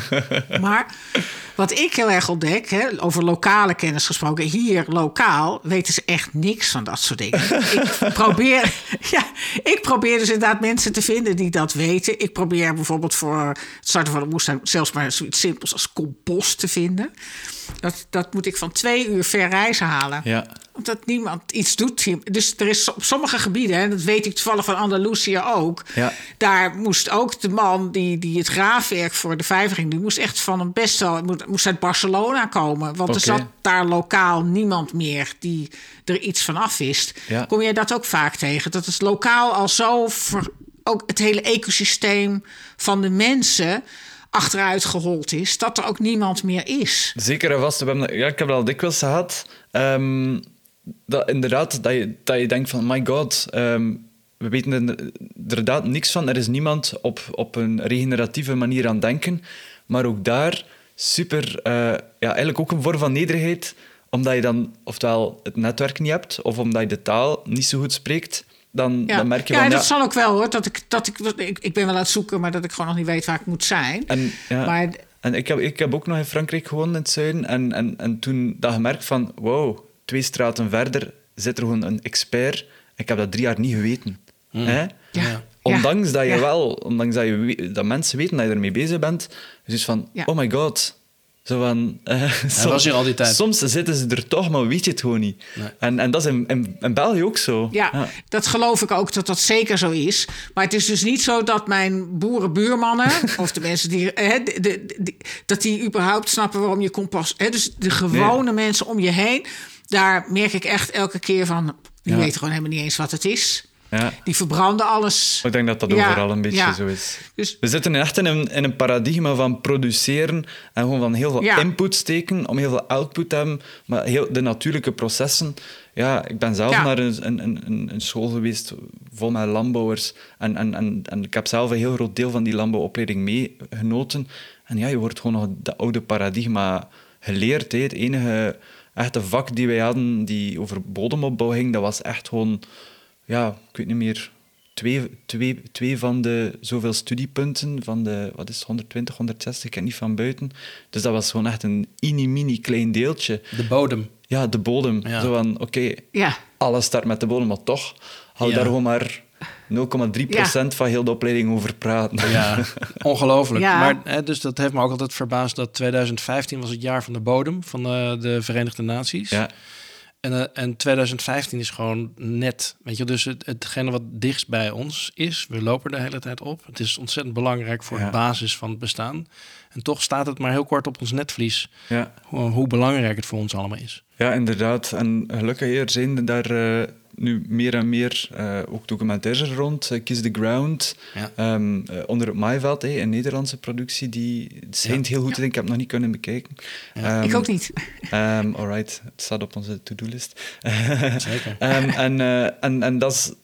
Speaker 3: Maar wat ik heel erg ontdek, hè, over lokale kennis gesproken... hier lokaal weten ze echt niks van dat soort dingen. ik, probeer, ja, ik probeer dus inderdaad mensen te vinden die dat weten. Ik probeer bijvoorbeeld voor het starten van de moestuin... zelfs maar zoiets simpels als compost te vinden. Dat, dat moet ik van twee uur ver reizen halen.
Speaker 1: Ja.
Speaker 3: Omdat niemand iets doet. Dus er is op sommige gebieden, en dat weet ik toevallig van Andalusië ook...
Speaker 1: Ja.
Speaker 3: daar moest ook de man die, die het graafwerk voor de vijver ging... die moest echt van een best wel... moest uit Barcelona komen. Want okay. er zat daar lokaal niemand meer die er iets van af wist.
Speaker 1: Ja.
Speaker 3: Kom jij dat ook vaak tegen? Dat het lokaal al zo... Ver, ook het hele ecosysteem van de mensen... achteruit gehold is, dat er ook niemand meer is.
Speaker 1: Zeker en vast. We hebben, ja, ik heb het al dikwijls gehad. Um, dat, inderdaad, dat je, dat je denkt van, my god, um, we weten er inderdaad niks van. Er is niemand op, op een regeneratieve manier aan het denken. Maar ook daar, super, uh, ja, eigenlijk ook een vorm van nederigheid, omdat je dan oftewel het netwerk niet hebt, of omdat je de taal niet zo goed spreekt. Dan,
Speaker 3: ja.
Speaker 1: dan merk je
Speaker 3: ja,
Speaker 1: van...
Speaker 3: dat
Speaker 1: ja,
Speaker 3: zal ook wel, hoor. Dat ik, dat ik, ik, ik ben wel aan het zoeken, maar dat ik gewoon nog niet weet waar ik moet zijn.
Speaker 1: En, ja,
Speaker 3: maar...
Speaker 1: en ik, heb, ik heb ook nog in Frankrijk gewoond, in het zuiden. En, en, en toen dat gemerkt van... Wow, twee straten verder zit er gewoon een expert. Ik heb dat drie jaar niet geweten.
Speaker 2: Mm.
Speaker 1: Hè?
Speaker 3: Ja.
Speaker 1: Ondanks dat je
Speaker 3: ja.
Speaker 1: wel... Ondanks dat, je, dat mensen weten dat je ermee bezig bent. Dus van... Ja. Oh my god... Zo van, uh, soms,
Speaker 2: was hier al die tijd.
Speaker 1: Soms zitten ze er toch, maar weet je het gewoon niet.
Speaker 2: Nee.
Speaker 1: En, en dat is in, in, in België ook zo.
Speaker 3: Ja,
Speaker 1: ja,
Speaker 3: dat geloof ik ook dat dat zeker zo is. Maar het is dus niet zo dat mijn boerenbuurmannen... of de mensen die... Hè, de, de, de, dat die überhaupt snappen waarom je kompas... Hè, dus de gewone nee. mensen om je heen... daar merk ik echt elke keer van... die ja. weten gewoon helemaal niet eens wat het is...
Speaker 1: Ja.
Speaker 3: Die verbranden alles.
Speaker 1: Ik denk dat dat
Speaker 3: ja,
Speaker 1: overal een beetje
Speaker 3: ja.
Speaker 1: zo is.
Speaker 3: Dus,
Speaker 1: we zitten echt in een, in een paradigma van produceren en gewoon van heel veel
Speaker 3: ja.
Speaker 1: input steken om heel veel output te hebben. Maar heel, de natuurlijke processen... Ja, ik ben zelf
Speaker 3: ja.
Speaker 1: naar een, een, een, een school geweest vol met landbouwers. En, en, en, en ik heb zelf een heel groot deel van die landbouwopleiding meegenoten. En ja, je wordt gewoon nog dat oude paradigma geleerd. Hè. Het enige echte vak die wij hadden die over bodemopbouw ging, dat was echt gewoon... Ja, ik weet niet meer, twee, twee, twee van de zoveel studiepunten van de, wat is het, honderdtwintig, honderdzestig, ik ken niet van buiten. Dus dat was gewoon echt een mini-mini klein deeltje.
Speaker 2: De bodem.
Speaker 1: Ja, de bodem.
Speaker 2: Ja.
Speaker 1: Zo van, oké, okay,
Speaker 3: ja.
Speaker 1: alles start met de bodem, maar toch hou ja. daar gewoon maar nul komma drie procent ja. van heel de opleiding over praten.
Speaker 2: Ja, ongelooflijk.
Speaker 3: Ja.
Speaker 2: Maar, hè, dus dat heeft me ook altijd verbaasd dat twintig vijftien was het jaar van de bodem van de, de Verenigde Naties.
Speaker 1: Ja.
Speaker 2: En, uh, en twintig vijftien is gewoon net, weet je, dus het, hetgene wat dichtst bij ons is, we lopen de hele tijd op. Het is ontzettend belangrijk voor ja. de basis van het bestaan. En toch staat het maar heel kort op ons netvlies,
Speaker 1: ja.
Speaker 2: hoe, hoe belangrijk het voor ons allemaal is.
Speaker 1: Ja, inderdaad. En gelukkig hier zijn er daar uh, nu meer en meer uh, ook documentaires rond. Uh, Kiss the Ground,
Speaker 2: ja.
Speaker 1: um, uh, Onder het Maaiveld, hey, een Nederlandse productie. Die schijnt ja. heel goed te ja. Ik heb het nog niet kunnen bekijken.
Speaker 3: Ja. Um, ik ook niet.
Speaker 1: Um, alright, het staat op onze to-do-list.
Speaker 2: Zeker.
Speaker 1: um, en, uh, en, en dat is...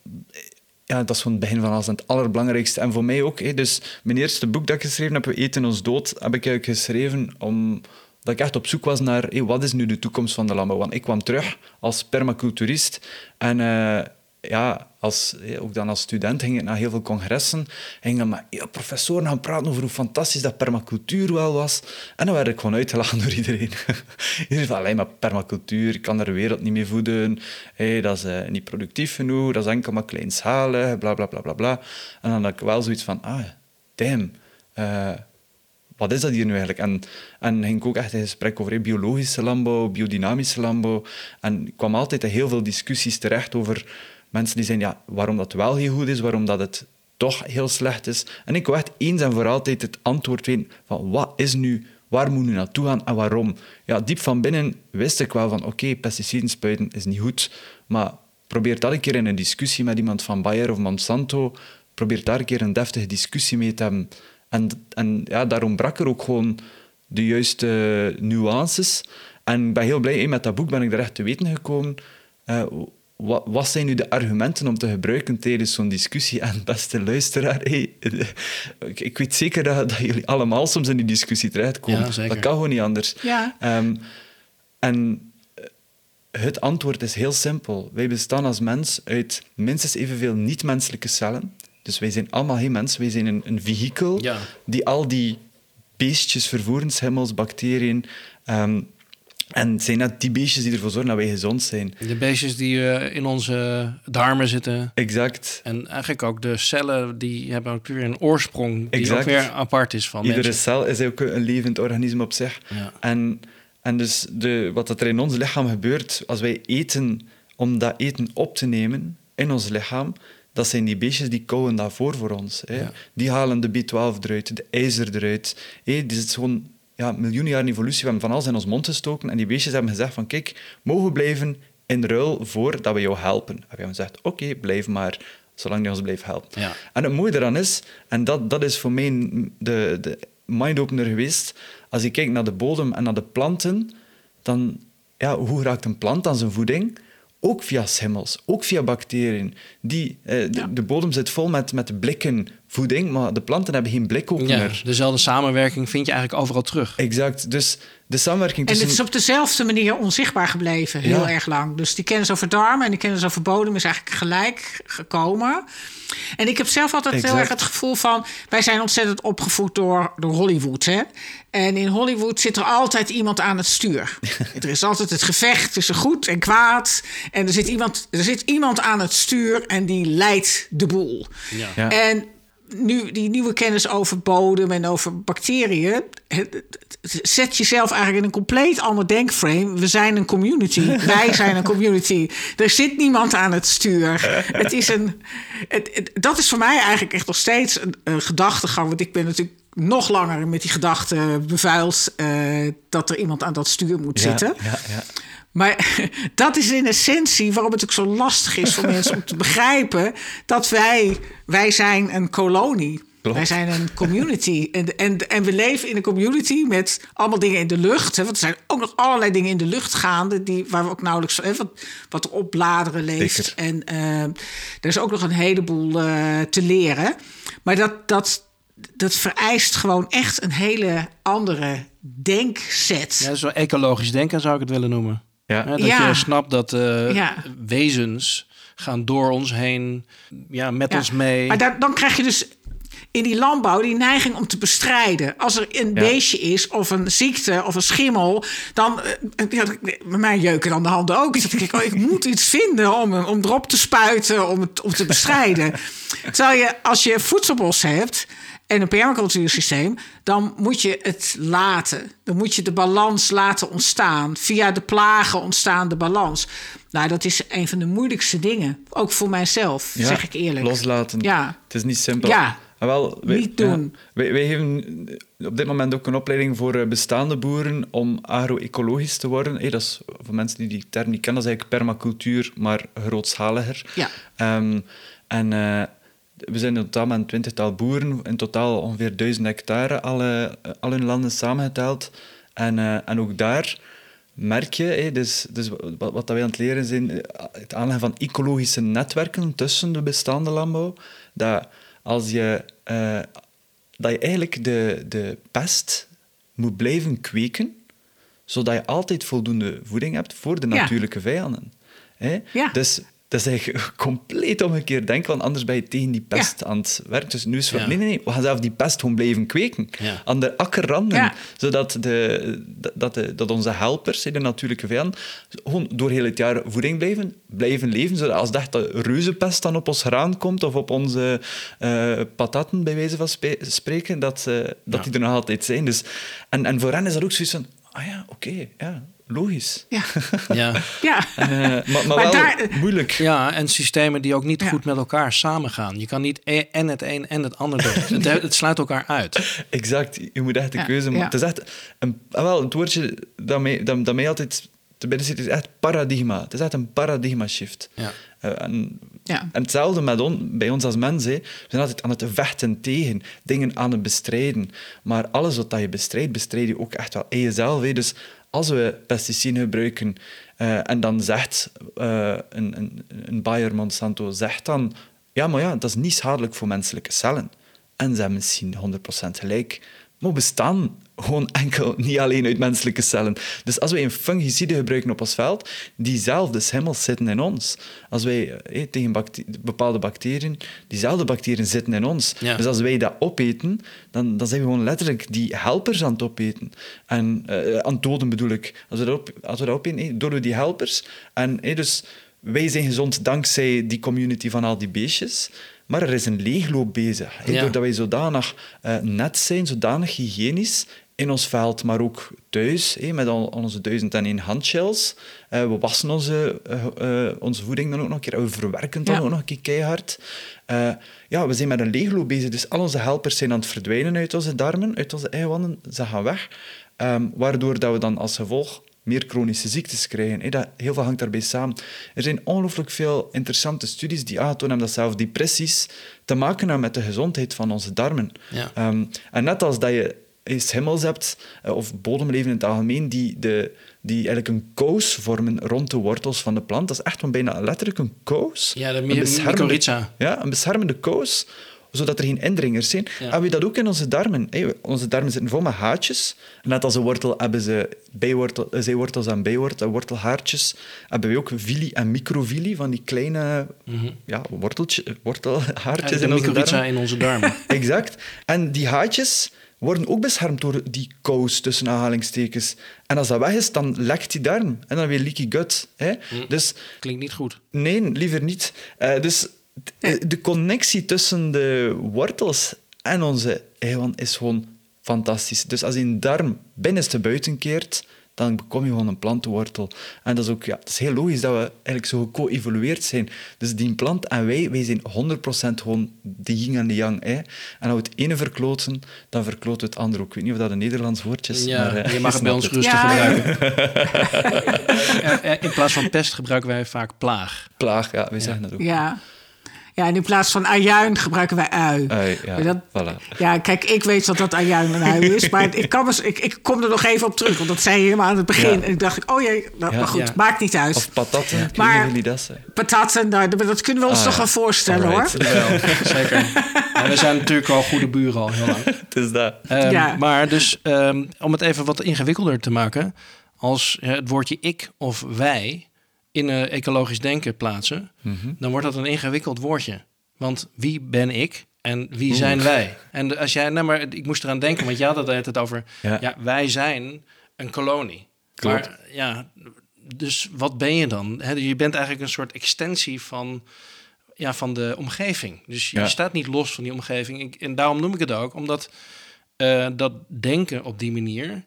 Speaker 1: Ja, dat is gewoon het begin van alles en het allerbelangrijkste. En voor mij ook. Hey, dus mijn eerste boek dat ik geschreven heb, We eten ons dood, heb ik eigenlijk geschreven om... dat ik echt op zoek was naar hey, wat is nu de toekomst van de landbouw. Want ik kwam terug als permaculturist en uh, ja, als, ook dan als student ging ik naar heel veel congressen en ging dan met ja, professoren gaan praten over hoe fantastisch dat permacultuur wel was. En dan werd ik gewoon uitgelachen door iedereen. Iedereen van, alleen maar permacultuur, ik kan er de wereld niet mee voeden, hey, dat is uh, niet productief genoeg, dat is enkel maar kleinschalig, bla bla bla bla bla. En dan had ik wel zoiets van, ah, damn, uh, wat is dat hier nu eigenlijk? En, en ging ik ook echt in gesprek over hey, biologische landbouw, biodynamische landbouw. En ik kwam altijd in heel veel discussies terecht over mensen die zeiden ja, waarom dat wel heel goed is, waarom dat het toch heel slecht is. En ik wou echt eens en voor altijd het antwoord weten van wat is nu, waar moet nu naartoe gaan en waarom? Ja, diep van binnen wist ik wel van oké, okay, pesticiden spuiten is niet goed, maar probeer dat een keer in een discussie met iemand van Bayer of Monsanto, probeer daar een keer een deftige discussie mee te hebben. En, en ja, daarom brak er ook gewoon de juiste nuances. En ik ben heel blij, met dat boek ben ik er echt te weten gekomen uh, wat, wat zijn nu de argumenten om te gebruiken tijdens zo'n discussie? En beste luisteraar, hey, ik, ik weet zeker dat, dat jullie allemaal soms in die discussie terechtkomen.
Speaker 2: Ja, zeker.
Speaker 1: Dat kan gewoon niet anders.
Speaker 3: Ja.
Speaker 1: Um, en het antwoord is heel simpel. Wij bestaan als mens uit minstens evenveel niet-menselijke cellen. Dus wij zijn allemaal geen mens. Wij zijn een, een vehikel
Speaker 2: Ja.
Speaker 1: die al die beestjes vervoeren, schimmels, bacteriën. Um, en het zijn net die beestjes die ervoor zorgen dat wij gezond zijn.
Speaker 2: De beestjes die uh, in onze darmen zitten.
Speaker 1: Exact.
Speaker 2: En eigenlijk ook de cellen, die hebben ook weer een oorsprong die
Speaker 1: Exact.
Speaker 2: ook weer apart is van
Speaker 1: Iedere
Speaker 2: mensen.
Speaker 1: cel is ook een levend organisme op zich.
Speaker 2: Ja.
Speaker 1: En, en dus de, wat er in ons lichaam gebeurt, als wij eten om dat eten op te nemen in ons lichaam, dat zijn die beestjes die kouwen dat voor voor ons. Hè.
Speaker 2: Ja.
Speaker 1: Die halen de B twaalf eruit, de ijzer eruit. Hè. Die is gewoon ja, miljoenen jaren evolutie. We hebben van alles in ons mond gestoken en die beestjes hebben gezegd van kijk, mogen we blijven in ruil voor dat we jou helpen. En we hebben gezegd, oké, okay, blijf maar, zolang je ons blijft helpen.
Speaker 2: Ja.
Speaker 1: En het mooie eraan is, en dat, dat is voor mij de, de mind-opener geweest, als je kijkt naar de bodem en naar de planten, dan, ja, hoe raakt een plant aan zijn voeding? Ook via schimmels, ook via bacteriën. Die, eh, de,
Speaker 3: Ja.
Speaker 1: de bodem zit vol met, met blikken voeding, maar de planten hebben geen blikopener.
Speaker 2: Ja, dezelfde samenwerking vind je eigenlijk overal terug.
Speaker 1: Exact. Dus de samenwerking
Speaker 3: En
Speaker 1: tussen...
Speaker 3: het is op dezelfde manier onzichtbaar gebleven, heel
Speaker 1: Ja.
Speaker 3: erg lang. Dus die kennis over darmen en die kennis over bodem is eigenlijk gelijk gekomen. En ik heb zelf altijd
Speaker 1: Exact.
Speaker 3: heel erg het gevoel van... wij zijn ontzettend opgevoed door, door Hollywood. Hè? En in Hollywood zit er altijd iemand aan het stuur. Er is altijd het gevecht tussen goed en kwaad. En er zit iemand, er zit iemand aan het stuur en die leidt de boel.
Speaker 2: Ja.
Speaker 1: Ja.
Speaker 3: En nu die nieuwe kennis over bodem en over bacteriën... het- het- zet jezelf eigenlijk in een compleet ander denkframe. We zijn een community. Wij zijn een community. Er zit niemand aan het stuur. Het is een, het, het- dat is voor mij eigenlijk echt nog steeds een, een gedachtegang. Want ik ben natuurlijk nog langer met die gedachte bevuild... eh, dat er iemand aan dat stuur moet
Speaker 1: Ja,
Speaker 3: zitten.
Speaker 1: ja, ja.
Speaker 3: Maar dat is in essentie waarom het ook zo lastig is voor mensen om te begrijpen dat wij, wij zijn een kolonie.
Speaker 1: Klopt.
Speaker 3: Wij zijn een community. En, en, en we leven in een community met allemaal dingen in de lucht. Hè, want er zijn ook nog allerlei dingen in de lucht gaande, die, waar we ook nauwelijks hè, wat, wat er op bladeren leeft.
Speaker 1: Zeker.
Speaker 3: En uh, er is ook nog een heleboel uh, te leren. Maar dat, dat, dat vereist gewoon echt een hele andere denkset.
Speaker 2: Ja, zo ecologisch denken zou ik het willen noemen.
Speaker 1: Ja.
Speaker 2: Hè, dat
Speaker 3: Ja.
Speaker 2: je snapt dat uh,
Speaker 3: Ja.
Speaker 2: wezens gaan door ons heen, ja, met
Speaker 3: Ja,
Speaker 2: ons mee.
Speaker 3: Maar daar, dan krijg je dus in die landbouw die neiging om te bestrijden. Als er een
Speaker 1: Ja.
Speaker 3: beestje is of een ziekte of een schimmel... dan uh, ja, bij mij jeuken dan de handen ook. Dan denk ik, oh, ik moet iets vinden om, om erop te spuiten, om het om te bestrijden. Terwijl je, als je voedselbos hebt en een permacultuursysteem, dan moet je het laten. Dan moet je de balans laten ontstaan. Via de plagen ontstaan de balans. Nou, dat is een van de moeilijkste dingen. Ook voor mijzelf,
Speaker 1: Ja,
Speaker 3: zeg ik eerlijk.
Speaker 1: Loslaten.
Speaker 3: Ja.
Speaker 1: Het is niet simpel.
Speaker 3: Ja.
Speaker 1: Ah, wel, wij,
Speaker 3: Niet doen.
Speaker 1: Ja, wij, wij geven op dit moment ook een opleiding voor eh, bestaande boeren om agro-ecologisch te worden. Hey, dat is voor mensen die die term niet kennen, dat is eigenlijk permacultuur, maar grootschaliger.
Speaker 3: Ja.
Speaker 1: Um, en uh, we zijn in totaal met een twintigtal boeren, in totaal ongeveer duizend hectare, alle, al hun landen samengeteld. En, uh, en ook daar merk je, hey, dus, dus wat, wat wij aan het leren zijn, het aanleggen van ecologische netwerken tussen de bestaande landbouw, dat als je, uh, dat je eigenlijk de, de pest moet blijven kweken, zodat je altijd voldoende voeding hebt voor de
Speaker 3: Ja.
Speaker 1: natuurlijke vijanden. Hè?
Speaker 3: Ja.
Speaker 1: Dus dat is eigenlijk compleet omgekeerd denken, want anders ben je tegen die pest
Speaker 3: Ja.
Speaker 1: aan het werken. Dus nu is het van,
Speaker 2: Ja.
Speaker 1: nee, nee, nee, we gaan zelf die pest gewoon blijven kweken.
Speaker 2: Ja.
Speaker 1: Aan de akkerranden,
Speaker 3: Ja.
Speaker 1: zodat de, dat, de, dat onze helpers, de natuurlijke vijanden, gewoon door heel het jaar voeding blijven, blijven leven, zodat als echt de reuzenpest dan op ons graan komt, of op onze uh, patatten, bij wijze van spe- spreken, dat, uh, dat
Speaker 2: Ja.
Speaker 1: die er nog altijd zijn. Dus, en, en voor hen is dat ook zoiets van, ah ja, oké, okay, ja, logisch.
Speaker 3: Ja,
Speaker 2: Ja.
Speaker 3: ja.
Speaker 1: Uh, maar, maar,
Speaker 3: Maar
Speaker 1: wel
Speaker 3: daar-
Speaker 1: moeilijk.
Speaker 2: Ja, en systemen die ook niet
Speaker 3: Ja.
Speaker 2: goed met elkaar samengaan. Je kan niet e- en het een en het ander doen. het, het sluit elkaar uit.
Speaker 1: Exact, je moet echt de
Speaker 3: Ja,
Speaker 1: keuze maken.
Speaker 3: ja.
Speaker 1: Het is echt een, ah, wel, het woordje dat mij, dat, dat mij altijd te binnen zit, is echt paradigma. Het is echt een paradigma-shift.
Speaker 2: Ja.
Speaker 1: Uh, en,
Speaker 3: Ja.
Speaker 1: en hetzelfde met on, bij ons als mensen. Hè. We zijn altijd aan het vechten tegen, dingen aan het bestrijden. Maar alles wat je bestrijdt, bestrijd je ook echt wel in jezelf. Hè. Dus als we pesticiden gebruiken uh, en dan zegt uh, een, een, een Bayer Monsanto zegt dan, ja, maar ja, dat is niet schadelijk voor menselijke cellen. En ze hebben misschien honderd procent gelijk. Maar we bestaan gewoon enkel niet alleen uit menselijke cellen. Dus als wij een fungicide gebruiken op ons veld, diezelfde schimmels zitten in ons. Als wij eh, tegen bacte- bepaalde bacteriën, diezelfde bacteriën zitten in ons. Ja. Dus als wij dat opeten, dan, dan zijn we gewoon letterlijk die helpers aan het opeten. En uh, aan het doden bedoel ik. Als we dat, op, als we dat opeten, eh, doden we die helpers. En eh, dus wij zijn gezond dankzij die community van al die beestjes. Maar er is een leegloop bezig. He, ja. Doordat wij zodanig uh, net zijn, zodanig hygiënisch in ons veld, maar ook thuis, he, met al onze duizend en één handshells. Uh, we wassen onze, uh, uh, onze voeding dan ook nog een keer. En we verwerken het dan ja. ook nog een keer keihard. Uh, ja, we zijn met een leegloop bezig. Dus al onze helpers zijn aan het verdwijnen uit onze darmen, uit onze eiwanden. Ze gaan weg. Um, waardoor dat we dan als gevolg meer chronische ziektes krijgen. Dat, heel veel hangt daarbij samen. Er zijn ongelooflijk veel interessante studies die aangetoond hebben dat zelfs depressies te maken hebben met de gezondheid van onze darmen. Ja. Um, en net als dat je schimmels hebt, of bodemleven in het algemeen, die, de, die eigenlijk een kous vormen rond de wortels van de plant. Dat is echt wel bijna letterlijk een kous.
Speaker 2: Ja, de mycorrhiza.
Speaker 1: Ja, een beschermende kous, zodat er geen indringers zijn. Ja. Hebben we dat ook in onze darmen? Hey, onze darmen zitten vol met haartjes. Net als een wortel hebben ze bijwortel, zijwortels en bijwortel, wortelhaartjes. Hebben we ook villi en microvilli, van die kleine mm-hmm. ja, worteltje, wortelhaartjes
Speaker 2: ja,
Speaker 1: in onze
Speaker 2: darmen. in onze darmen.
Speaker 1: Exact. En die haartjes worden ook beschermd door die kous, tussen aanhalingstekens. En als dat weg is, dan lekt die darm. En dan weer leaky gut. Hè?
Speaker 2: Mm.
Speaker 1: Dus,
Speaker 2: klinkt niet goed.
Speaker 1: Nee, liever niet. Uh, dus de connectie tussen de wortels en onze eiwand is gewoon fantastisch. Dus als je een darm binnenste buiten keert, dan bekom je gewoon een plantenwortel. En dat is ook ja, dat is heel logisch dat we eigenlijk zo geco-evolueerd zijn. Dus die plant en wij, wij zijn honderd procent gewoon de yin en de yang. Hè. En als we het ene verkloten, dan verkloten we het andere ook. Ik weet niet of dat een Nederlands woordje is.
Speaker 2: Ja,
Speaker 1: maar, uh,
Speaker 2: je mag het bij ons rustig ja. gebruiken. In plaats van pest gebruiken wij vaak plaag.
Speaker 1: Plaag, ja, wij ja. zeggen dat ook.
Speaker 3: Ja. Ja, en in plaats van ajuin gebruiken wij ui.
Speaker 1: ui ja, dat,
Speaker 3: voilà. ja, kijk, ik weet dat dat ajuin een ui is, maar ik, kan, ik, ik kom er nog even op terug, want dat zei je helemaal aan het begin. Ja. En ik dacht, oh jee, nou, ja. maar goed, ja. maakt niet uit.
Speaker 1: Of patatten, ja.
Speaker 3: maar
Speaker 1: jullie dat zijn.
Speaker 3: Patatten, nou, dat kunnen we ons ah, toch ja. wel voorstellen, Alright.
Speaker 2: hoor. Wel, zeker. En we zijn natuurlijk al goede buren al heel lang.
Speaker 1: Het is dat.
Speaker 2: Um, ja. Maar dus, um, om het even wat ingewikkelder te maken, als het woordje ik of wij in uh, ecologisch denken plaatsen, mm-hmm. dan wordt dat een ingewikkeld woordje. Want wie ben ik en wie Oeh. zijn wij? En als jij, nou maar ik moest eraan denken, want jij had het het over, ja. ja, wij zijn een kolonie.
Speaker 1: Klopt.
Speaker 2: Maar ja, dus wat ben je dan? He, je bent eigenlijk een soort extensie van, ja, van de omgeving. Dus je ja. staat niet los van die omgeving. Ik, en daarom noem ik het ook, omdat uh, dat denken op die manier.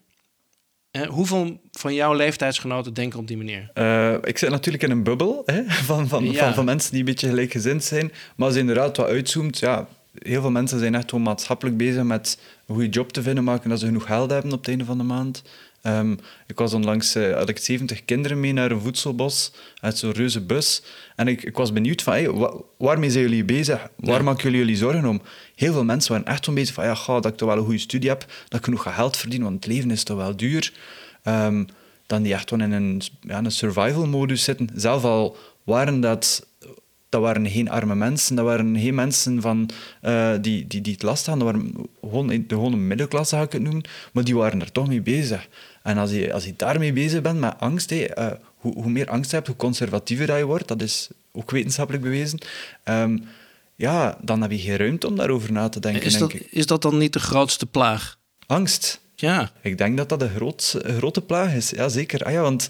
Speaker 2: Uh, hoeveel van jouw leeftijdsgenoten denken op die manier?
Speaker 1: Uh, ik zit natuurlijk in een bubbel hè, van, van, ja. van, van mensen die een beetje gelijkgezind zijn. Maar als je inderdaad wat uitzoomt, ja, heel veel mensen zijn echt gewoon maatschappelijk bezig met een goede job te vinden, maken dat ze genoeg geld hebben op het einde van de maand. Um, ik was onlangs, uh, had ik zeventig kinderen mee naar een voedselbos, uit zo'n reuze bus. En ik, ik was benieuwd van, hey, wa- waarmee zijn jullie bezig? Waar ja. maken jullie jullie zorgen om? Heel veel mensen waren echt zo'n bezig van, ja, ga, dat ik toch wel een goede studie heb, dat ik genoeg ga geld verdienen, want het leven is toch wel duur. Um, dan die echt gewoon in een, ja, een survival-modus zitten. Zelf al waren dat... Dat waren geen arme mensen, dat waren geen mensen van, uh, die, die, die het last hadden. Dat waren gewoon de gewone middenklasse, ga ik het noemen. Maar die waren er toch mee bezig. En als je, als je daarmee bezig bent, met angst, hey, uh, hoe, hoe meer angst je hebt, hoe conservatiever dat je wordt. Dat is ook wetenschappelijk bewezen. Um, ja, dan heb je geen ruimte om daarover na te denken.
Speaker 2: Is dat,
Speaker 1: denk ik.
Speaker 2: is dat dan niet de grootste plaag?
Speaker 1: Angst?
Speaker 2: Ja.
Speaker 1: Ik denk dat dat een groot, grote plaag is. Ja, zeker. Ah, ja, want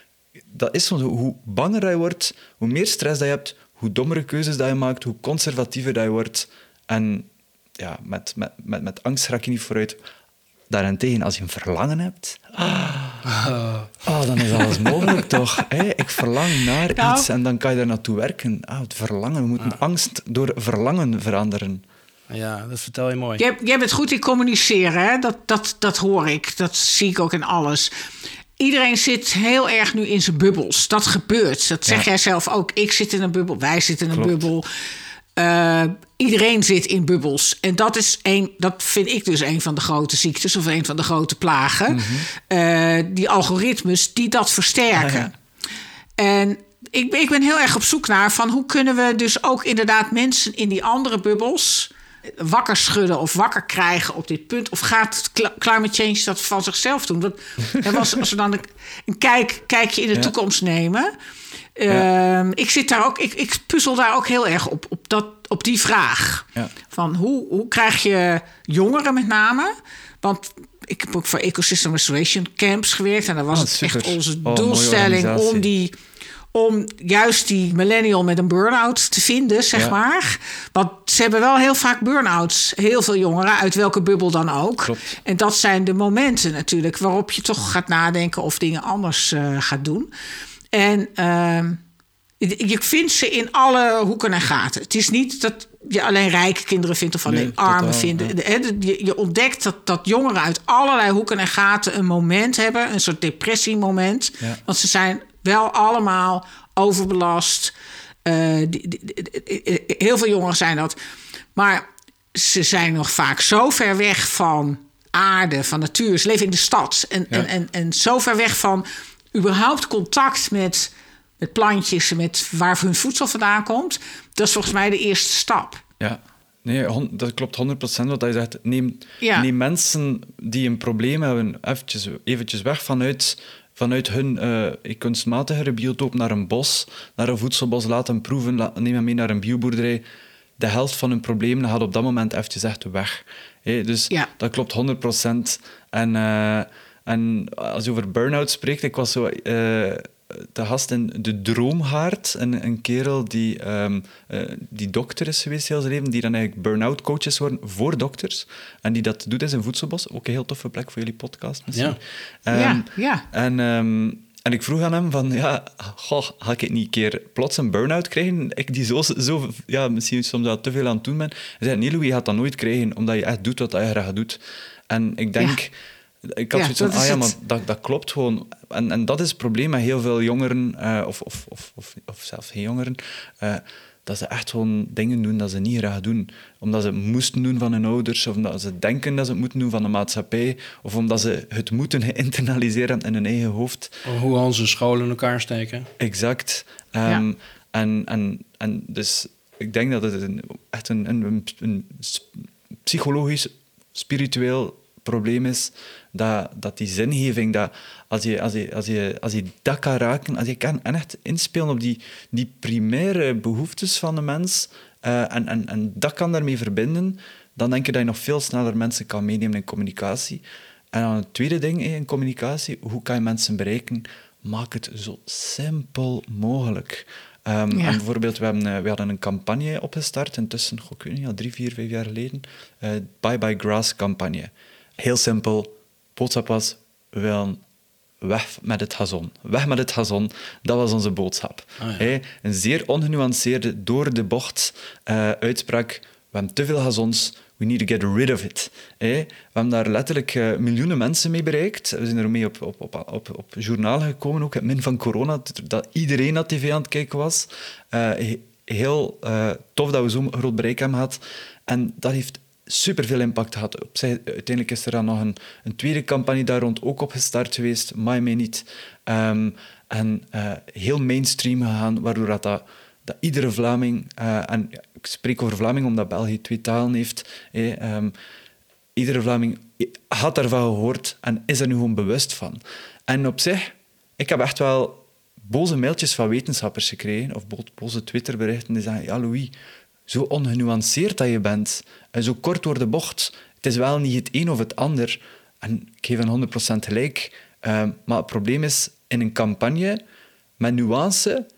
Speaker 1: dat is zo, hoe banger je wordt, hoe meer stress dat je hebt, hoe dommere keuzes dat je maakt, hoe conservatiever dat je wordt. En ja, met, met, met, met angst raak je niet vooruit. Daarentegen, als je een verlangen hebt, ah, oh, dan is alles mogelijk toch? Hey, ik verlang naar nou. iets en dan kan je daar naartoe werken. Ah, het verlangen, we moeten ah. angst door verlangen veranderen.
Speaker 2: Ja, dat vertel je mooi.
Speaker 3: Jij, jij bent goed in communiceren, hè? Dat, dat, dat hoor ik. Dat zie ik ook in alles. Iedereen zit heel erg nu in zijn bubbels. Dat gebeurt. Dat zeg ja. jij zelf ook. Ik zit in een bubbel. Wij zitten in een Klopt. bubbel. Uh, iedereen zit in bubbels. En dat is een, dat vind ik dus een van de grote ziektes... of een van de grote plagen. Mm-hmm. Uh, die algoritmes die dat versterken. Ah, ja. En ik, ik ben heel erg op zoek naar... van hoe kunnen we dus ook inderdaad mensen in die andere bubbels... wakker schudden of wakker krijgen op dit punt? Of gaat climate change dat van zichzelf doen? Want, was, als we dan een, een kijk, kijkje in de ja. toekomst nemen... Ja. Uh, ik zit daar ook, ik, ik puzzel daar ook heel erg op, op, dat, op die vraag. Ja. Van hoe, hoe krijg je jongeren met name? Want ik heb ook voor Ecosystem Restoration Camps gewerkt. En daar was oh, het super. echt onze oh, doelstelling om die... om juist die millennial met een burn-out te vinden, zeg ja. maar. Want ze hebben wel heel vaak burn-outs. Heel veel jongeren, uit welke bubbel dan ook. Klopt. En dat zijn de momenten natuurlijk... waarop je toch gaat nadenken of dingen anders uh, gaat doen. En uh, je vindt ze in alle hoeken en gaten. Het is niet dat je alleen rijke kinderen vindt... of alleen nee, armen vindt. Ja. Je, je ontdekt dat, dat jongeren uit allerlei hoeken en gaten... een moment hebben, een soort depressiemoment. Ja. Want ze zijn... wel allemaal overbelast. Uh, die, die, die, heel veel jongeren zijn dat. Maar ze zijn nog vaak zo ver weg van aarde, van natuur. Ze leven in de stad. En, ja. en, en, en zo ver weg van überhaupt contact met, met plantjes... met waar hun voedsel vandaan komt. Dat is volgens mij de eerste stap. Ja.
Speaker 1: Nee, dat klopt honderd procent wat je zegt. Neem, ja. neem mensen die een probleem hebben... eventjes, eventjes weg vanuit... vanuit hun uh, kunstmatigere biotoop naar een bos, naar een voedselbos, laten proeven, laat, neem hem mee naar een bioboerderij. De helft van hun problemen gaat op dat moment eventjes echt weg. Hey, dus ja. dat klopt honderd procent. En, uh, en als je over burn-out spreekt, ik was zo... Uh, te gast in De Droomhaard, een, een kerel die, um, uh, die dokter is geweest heel zijn leven, die dan eigenlijk burn-out coaches worden voor dokters. En die dat doet in zijn voedselbos. Ook een heel toffe plek voor jullie podcast misschien. Ja, um,
Speaker 3: ja. ja.
Speaker 1: En, um, en ik vroeg aan hem van, ja, goh, ga ik niet een keer plots een burn-out krijgen? Ik die zo, zo ja, misschien soms wel te veel aan het doen ben. Hij zei, nee Louis, je gaat dat nooit krijgen, omdat je echt doet wat je graag doet. En ik denk... Ja. Ik had ja, zoiets van, ah ja, maar dat, dat klopt gewoon. En, en dat is het probleem met heel veel jongeren, uh, of, of, of, of, of zelfs geen jongeren, uh, dat ze echt gewoon dingen doen dat ze niet graag doen. Omdat ze het moesten doen van hun ouders, of omdat ze denken dat ze het moeten doen van de maatschappij, of omdat ze het moeten geïnternaliseren in hun eigen hoofd.
Speaker 2: Of hoe onze scholen in elkaar steken.
Speaker 1: Exact. Um, ja. en, en, en dus ik denk dat het een, echt een, een, een psychologisch, spiritueel probleem is, dat, dat die zingeving, dat als je, als, je, als, je, als je dat kan raken, als je kan echt inspelen op die, die primaire behoeftes van de mens uh, en, en, en dat kan daarmee verbinden, dan denk je dat je nog veel sneller mensen kan meenemen in communicatie. En dan het tweede ding in communicatie, hoe kan je mensen bereiken? Maak het zo simpel mogelijk. Um, ja. En bijvoorbeeld, we, hebben, we hadden een campagne opgestart, intussen, ik weet niet, al drie, vier, vijf jaar geleden, uh, Bye Bye Grass campagne. Heel simpel, boodschap was, we willen weg met het gazon. Weg met het gazon, dat was onze boodschap. Oh ja. Hey, een zeer ongenuanceerde, door de bocht uh, uitspraak, we hebben te veel gazons, we need to get rid of it. Hey, we hebben daar letterlijk uh, miljoenen mensen mee bereikt. We zijn er mee op, op, op, op, op journaal gekomen, ook het min van corona, dat iedereen naar tv aan het kijken was. Uh, heel uh, tof dat we zo'n groot bereik hebben gehad. En dat heeft superveel impact gehad. Op zich, uiteindelijk is er dan nog een, een tweede campagne daar rond ook op gestart geweest, My Me Niet. Um, en uh, heel mainstream gegaan, waardoor dat, dat, dat iedere Vlaming, uh, en ik spreek over Vlaming omdat België twee talen heeft, eh, um, iedere Vlaming had daarvan gehoord en is er nu gewoon bewust van. En op zich, ik heb echt wel boze mailtjes van wetenschappers gekregen, of boze Twitterberichten die zeggen, ja Louis, zo ongenuanceerd dat je bent, en zo kort door de bocht. Het is wel niet het een of het ander. En ik geef een honderd procent gelijk. Uh, maar het probleem is, in een campagne met nuance,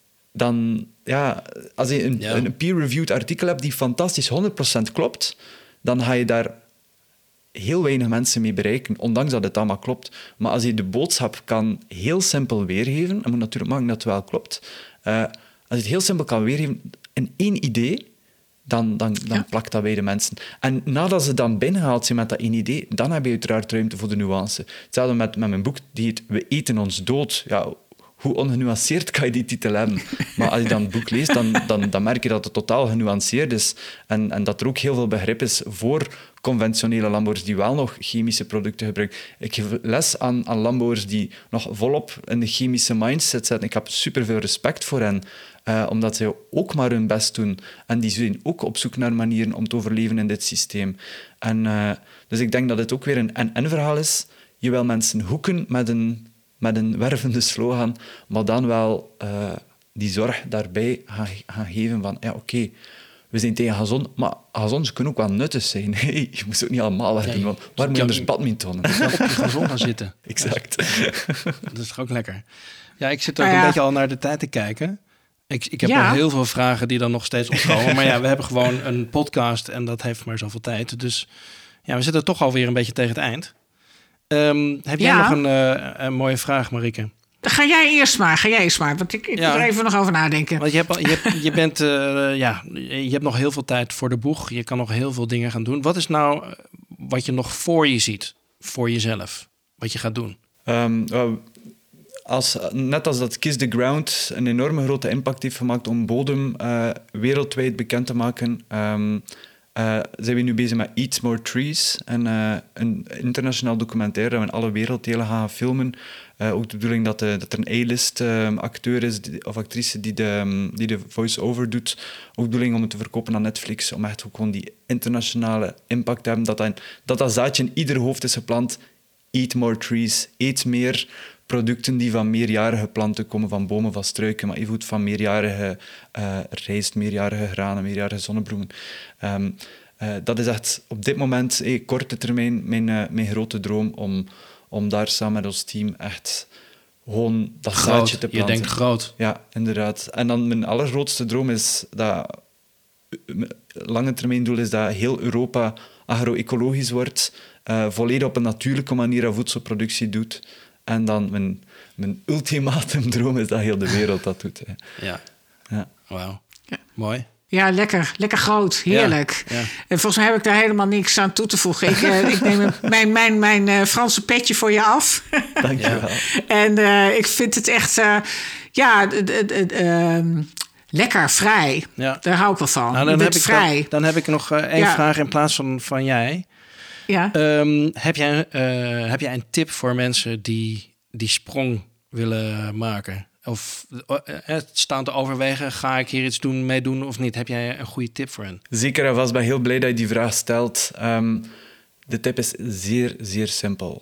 Speaker 1: dan, ja, als je een, ja. een peer-reviewed artikel hebt die fantastisch honderd procent klopt, dan ga je daar heel weinig mensen mee bereiken, ondanks dat het allemaal klopt. Maar als je de boodschap kan heel simpel weergeven, en moet natuurlijk maken dat het wel klopt, uh, als je het heel simpel kan weergeven in één idee, dan, dan, dan ja. plakt dat bij de mensen. En nadat ze dan binnengehaald zijn met dat één idee, dan heb je uiteraard ruimte voor de nuance. Hetzelfde met, met mijn boek, die heet We eten ons dood. Ja, hoe ongenuanceerd kan je die titel hebben? Maar als je dan het boek leest, dan, dan, dan merk je dat het totaal genuanceerd is. En, en dat er ook heel veel begrip is voor conventionele landbouwers die wel nog chemische producten gebruiken. Ik geef les aan, aan landbouwers die nog volop in de chemische mindset zitten. Ik heb superveel respect voor hen, uh, omdat ze ook maar hun best doen. En die zijn ook op zoek naar manieren om te overleven in dit systeem. En, uh, dus ik denk dat het ook weer een en-en verhaal is. Je wil mensen hoeken met een, met een wervende slogan, maar dan wel uh, die zorg daarbij gaan, gaan geven van, ja, oké, okay, we zijn tegen gazon, maar gazons kunnen ook wel nuttig zijn. Hey, je moet ook niet allemaal weg doen, want waar moet je anders badmintonnen?
Speaker 2: Op je gazon gaan zitten.
Speaker 1: Exact.
Speaker 2: Dat is toch ook lekker. Ja, ik zit ook
Speaker 3: nou ja.
Speaker 2: een beetje al naar de tijd te kijken. Ik, ik heb
Speaker 3: ja.
Speaker 2: nog heel veel vragen die dan nog steeds opkomen. Maar ja, we hebben gewoon een podcast en dat heeft maar zoveel tijd. Dus ja, we zitten toch alweer een beetje tegen het eind. Um, heb jij
Speaker 3: ja.
Speaker 2: nog een, uh, een mooie vraag, Marieke?
Speaker 3: Ga jij eerst maar, ga jij eerst maar. Want ik, ik
Speaker 2: ja.
Speaker 3: moet er even nog over nadenken.
Speaker 2: Want je, hebt, je, hebt, je, bent, uh, ja, je hebt nog heel veel tijd voor de boeg. Je kan nog heel veel dingen gaan doen. Wat is nou wat je nog voor je ziet, voor jezelf? Wat je gaat doen?
Speaker 1: Um, uh, als, net als dat Kiss the Ground een enorme grote impact heeft gemaakt om bodem uh, wereldwijd bekend te maken... Um, Uh, zijn we nu bezig met Eat More Trees, en, uh, een internationaal documentaire dat we in alle werelddelen gaan filmen. Uh, ook de bedoeling dat, de, dat er een A-list uh, acteur is die, of actrice die de, um, die de voice-over doet. Ook de bedoeling om het te verkopen aan Netflix, om echt ook gewoon die internationale impact te hebben. Dat dat, dat, dat zaadje in ieder hoofd is geplant. Eat More Trees, eet meer producten die van meerjarige planten komen, van bomen, van struiken, maar evengoed van meerjarige uh, rijst, meerjarige granen, meerjarige zonnebloemen. Um, uh, dat is echt op dit moment, hey, korte termijn, mijn, uh, mijn grote droom om, om daar samen met ons team echt gewoon dat
Speaker 2: groot.
Speaker 1: zaadje te planten.
Speaker 2: Je denkt groot.
Speaker 1: Ja, inderdaad. En dan mijn allergrootste droom is dat... Lange termijn doel is dat heel Europa agro-ecologisch wordt, uh, volledig op een natuurlijke manier aan voedselproductie doet. En dan mijn, mijn ultimatum droom is dat heel de wereld dat doet. Hè.
Speaker 2: Ja.
Speaker 1: Ja.
Speaker 2: Wauw. Ja. Mooi.
Speaker 3: Ja, lekker. Lekker groot. Heerlijk.
Speaker 2: Ja, ja.
Speaker 3: En volgens mij heb ik daar helemaal niks aan toe te voegen. Ik, uh, ik neem mijn, mijn, mijn uh, Franse petje voor je af.
Speaker 1: Dank je wel.
Speaker 3: En uh, ik vind het echt... Uh, ja, uh, uh, lekker, vrij.
Speaker 2: Ja.
Speaker 3: Daar hou ik wel van.
Speaker 2: Nou, dan, heb ik,
Speaker 3: vrij.
Speaker 2: dan, dan heb ik nog uh, één
Speaker 3: ja.
Speaker 2: vraag in plaats van, van jij.
Speaker 3: Ja.
Speaker 2: Um, heb, jij uh, heb jij een tip voor mensen die die sprong willen maken? Of uh, staan te overwegen, ga ik hier iets doen, meedoen of niet? Heb jij een goede tip voor hen?
Speaker 1: Zeker en vast. Ik ben heel blij dat je die vraag stelt. Um, de tip is zeer, zeer simpel.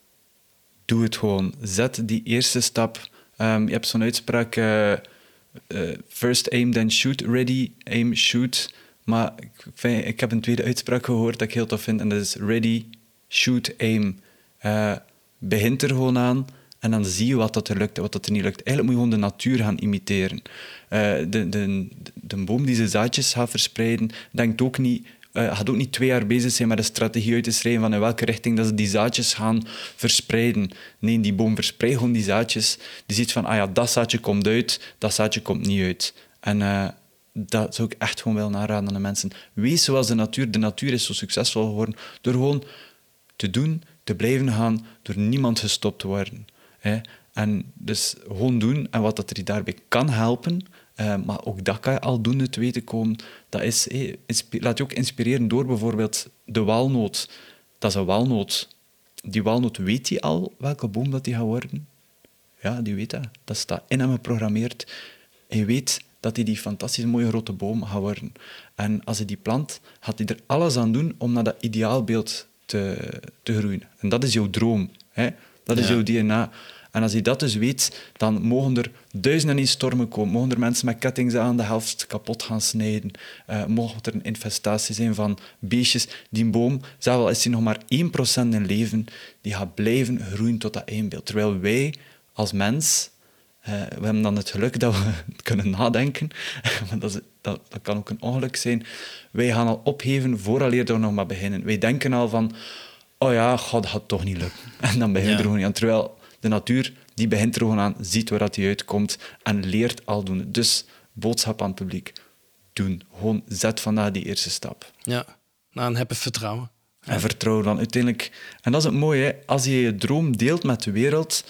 Speaker 1: Doe het gewoon. Zet die eerste stap. Um, je hebt zo'n uitspraak... Uh, uh, first aim, then shoot. Ready, aim, shoot. Maar ik, vind, ik heb een tweede uitspraak gehoord dat ik heel tof vind. En dat is ready, shoot, aim. Uh, begint er gewoon aan. En dan zie je wat dat er lukt en wat dat er niet lukt. Eigenlijk moet je gewoon de natuur gaan imiteren. Uh, de, de, de boom die zijn zaadjes gaat verspreiden, denkt ook niet, uh, gaat ook niet twee jaar bezig zijn met een strategie uit te schrijven van in welke richting dat ze die zaadjes gaan verspreiden. Nee, die boom verspreidt gewoon die zaadjes. Die ziet van, ah ja, dat zaadje komt uit, dat zaadje komt niet uit. En uh, dat zou ik echt gewoon willen aanraden aan de mensen. Wees zoals de natuur. De natuur is zo succesvol geworden door gewoon te doen, te blijven gaan, door niemand gestopt te worden. Hè? En dus gewoon doen. En wat dat er daarbij kan helpen, uh, maar ook dat kan je aldoende te weten komen, dat is, hey, insp- laat je ook inspireren door bijvoorbeeld de walnoot. Dat is een walnoot. Die walnoot, weet die al welke boom dat die gaat worden? Ja, die weet dat. Dat staat in hem geprogrammeerd. En je weet dat hij die fantastisch mooie grote boom gaat worden. En als hij die plant, gaat hij er alles aan doen om naar dat ideaalbeeld te, te groeien. En dat is jouw droom. Hè? Dat is ja. jouw D N A. En als je dat dus weet, dan mogen er duizenden in stormen komen. Mogen er mensen met kettings aan de helft kapot gaan snijden. Uh, mogen er een infestatie zijn van beestjes. Die boom, zelfs al is die nog maar één procent in leven, die gaat blijven groeien tot dat eindbeeld. Terwijl wij als mens, uh, we hebben dan het geluk dat we kunnen nadenken. Maar dat, is, dat, dat kan ook een ongeluk zijn. Wij gaan al opgeven vooraleer we nog maar beginnen. Wij denken al van, oh ja, God, dat gaat toch niet lukken. En dan begint ja. er gewoon niet aan. Terwijl de natuur, die begint er gewoon aan, ziet waar dat die uitkomt en leert aldoende. Dus, boodschap aan het publiek. Doen. Gewoon zet vandaag die eerste stap.
Speaker 2: Ja, nou, en heb het vertrouwen.
Speaker 1: En vertrouwen dan uiteindelijk. En dat is het mooie, hè? Als je je droom deelt met de wereld,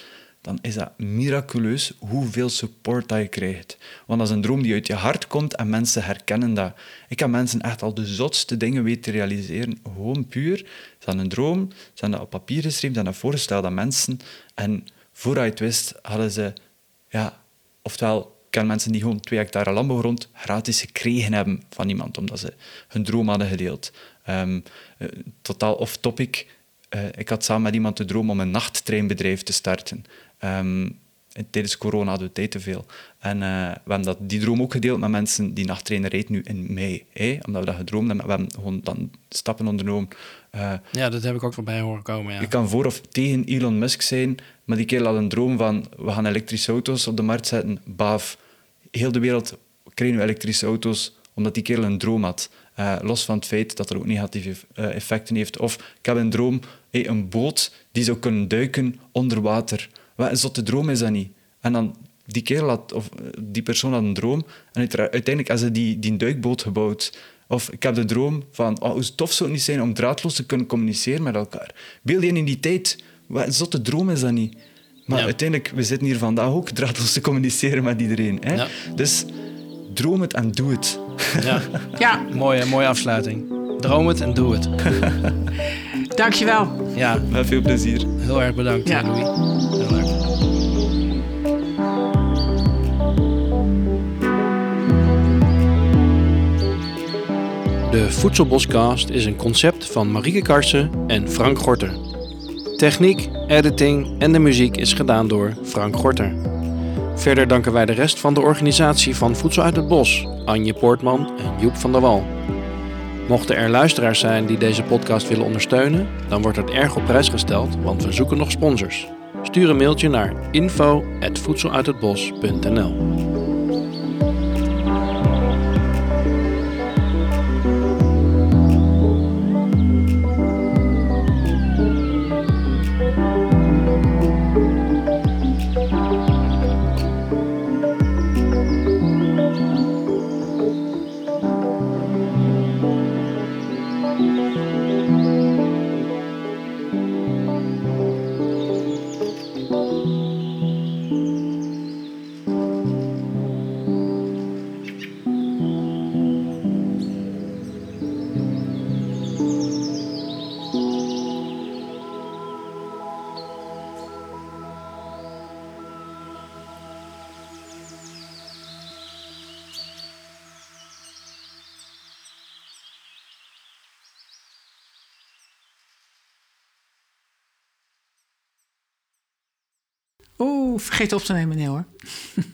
Speaker 1: dan is dat miraculeus hoeveel support dat je krijgt. Want dat is een droom die uit je hart komt en mensen herkennen dat. Ik heb mensen echt al de zotste dingen weten te realiseren. Gewoon puur. Ze hadden een droom, ze hadden dat op papier geschreven, ze hadden dat voorgesteld aan mensen. En voordat je het wist, hadden ze... Ja, oftewel, ik ken mensen die gewoon twee hectare landbouwgrond gratis gekregen hebben van iemand, omdat ze hun droom hadden gedeeld. Um, uh, totaal off-topic. Uh, ik had samen met iemand de droom om een nachttreinbedrijf te starten. Um, tijdens corona hadden we tijd te veel. En uh, we hebben dat, die droom ook gedeeld met mensen. Die nachttrein rijdt nu in mei. Hè? Omdat we dat gedroomd hebben. We hebben gewoon dan stappen ondernomen. Uh,
Speaker 2: ja, dat heb ik ook voorbij horen komen. Ja.
Speaker 1: Je kan voor of tegen Elon Musk zijn, maar die kerel had een droom van we gaan elektrische auto's op de markt zetten. Baaf. Heel de wereld krijgt nu elektrische auto's omdat die kerel een droom had. Uh, los van het feit dat er ook negatieve uh, effecten heeft. Of ik heb een droom, hey, een boot die zou kunnen duiken onder water. Wat een zotte droom is dat niet. En dan, die kerel had, of die persoon had een droom en uiteindelijk hebben ze die, die duikboot gebouwd. Of ik heb de droom van, oh, hoe tof zou het niet zijn om draadloos te kunnen communiceren met elkaar. Beeld je in die tijd, wat een zotte droom is dat niet. Maar ja. Uiteindelijk, we zitten hier vandaag ook draadloos te communiceren met iedereen. Hè? Ja. Dus droom het en doe het.
Speaker 2: Ja, ja. Mooie, mooie afsluiting. Droom het en doe het.
Speaker 3: Dankjewel.
Speaker 2: Ja.
Speaker 1: Met veel plezier.
Speaker 2: Heel erg bedankt, ja. Louis. Heel leuk. De Voedselboscast is een concept van Marieke Karsen en Frank Gorter. Techniek, editing en de muziek is gedaan door Frank Gorter. Verder danken wij de rest van de organisatie van Voedsel uit het Bos, Anje Poortman en Joep van der Wal. Mochten er luisteraars zijn die deze podcast willen ondersteunen, dan wordt het erg op prijs gesteld, want we zoeken nog sponsors. Stuur een mailtje naar info at voedseluithetbos punt n l.
Speaker 3: Oeh, vergeet op te nemen, nee hoor.